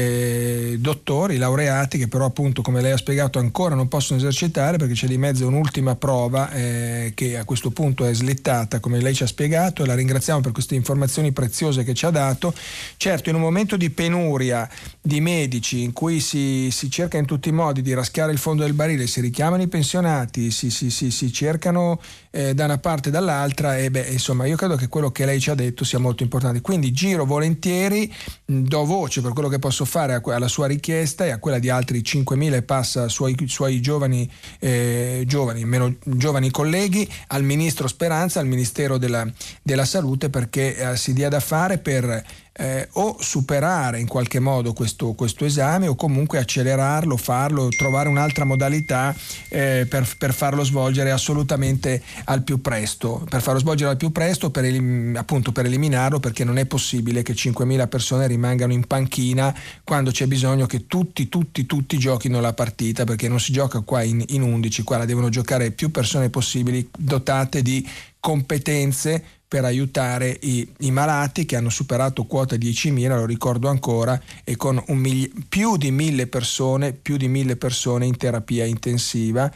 eh, dottori, laureati che però appunto, come lei ha spiegato, ancora non possono esercitare perché c'è di mezzo un'ultima prova eh, che a questo punto è slittata, come lei ci ha spiegato, e la ringraziamo per queste informazioni preziose che ci ha dato. Certo, in un momento di penuria di medici in cui si, si cerca in tutti i modi di raschiare il fondo del barile, si richiamano i pensionati, si, si, si, si cercano eh, da una parte e dall'altra, e beh, insomma, io credo che quello che lei ci ha detto sia molto importante. Quindi giro volentieri, do voce per quello che posso fare alla sua richiesta e a quella di altri cinquemila e passa suoi, suoi giovani, eh, giovani, meno giovani colleghi, al ministro Speranza, al Ministero della, della Salute, perché eh, si dia da fare per Eh, o superare in qualche modo questo, questo esame o comunque accelerarlo, farlo, trovare un'altra modalità eh, per, per farlo svolgere assolutamente al più presto, per farlo svolgere al più presto, per elim- appunto per eliminarlo, perché non è possibile che cinquemila persone rimangano in panchina quando c'è bisogno che tutti, tutti, tutti giochino la partita, perché non si gioca qua in, in undici, qua la devono giocare più persone possibili dotate di competenze per aiutare i, i malati che hanno superato quota diecimila, lo ricordo ancora, e con un migli- più di mille persone, più di mille persone in terapia intensiva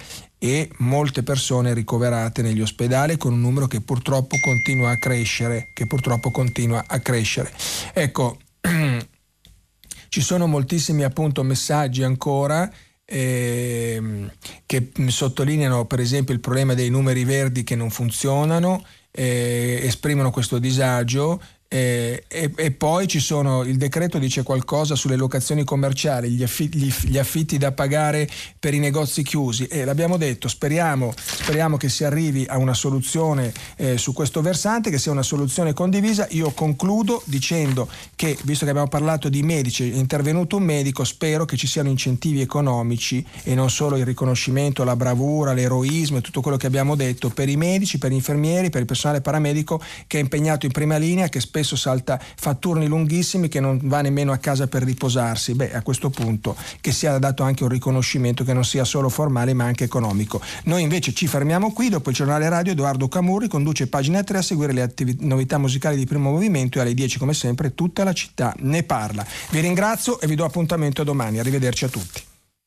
e molte persone ricoverate negli ospedali, con un numero che purtroppo continua a crescere, che purtroppo continua a crescere. Ecco, ci sono moltissimi appunto messaggi ancora eh, che sottolineano per esempio il problema dei numeri verdi che non funzionano, eh, esprimono questo disagio. Eh, e, e poi ci sono, il decreto dice qualcosa sulle locazioni commerciali, gli affitti, gli, gli affitti da pagare per i negozi chiusi, e l'abbiamo detto, speriamo, speriamo che si arrivi a una soluzione eh, su questo versante, che sia una soluzione condivisa. Io concludo dicendo che, visto che abbiamo parlato di medici, è intervenuto un medico, spero che ci siano incentivi economici e non solo il riconoscimento, la bravura, l'eroismo e tutto quello che abbiamo detto per i medici, per gli infermieri, per il personale paramedico che è impegnato in prima linea, che spesso salta, fa turni lunghissimi, che non va nemmeno a casa per riposarsi. Beh, a questo punto che sia dato anche un riconoscimento che non sia solo formale ma anche economico. Noi invece ci fermiamo qui. Dopo il giornale radio Edoardo Camurri conduce Pagina tre a seguire le attiv- novità musicali di Primo Movimento, e alle dieci come sempre tutta la città ne parla. Vi ringrazio e vi do appuntamento a domani. Arrivederci a tutti.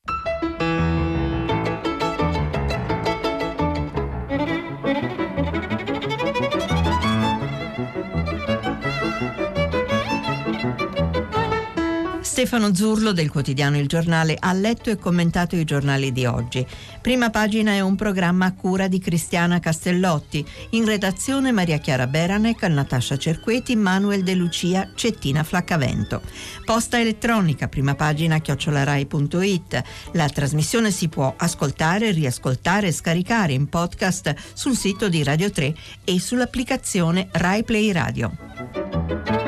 Stefano Zurlo del quotidiano Il Giornale ha letto e commentato i giornali di oggi. Prima Pagina è un programma a cura di Cristiana Castellotti. In redazione Maria Chiara Beranec, Natascia Cerqueti, Manuel De Lucia, Cettina Flaccavento. Posta elettronica primapagina chiocciola rai punto it. La trasmissione si può ascoltare, riascoltare e scaricare in podcast sul sito di Radio tre e sull'applicazione Rai Play Radio.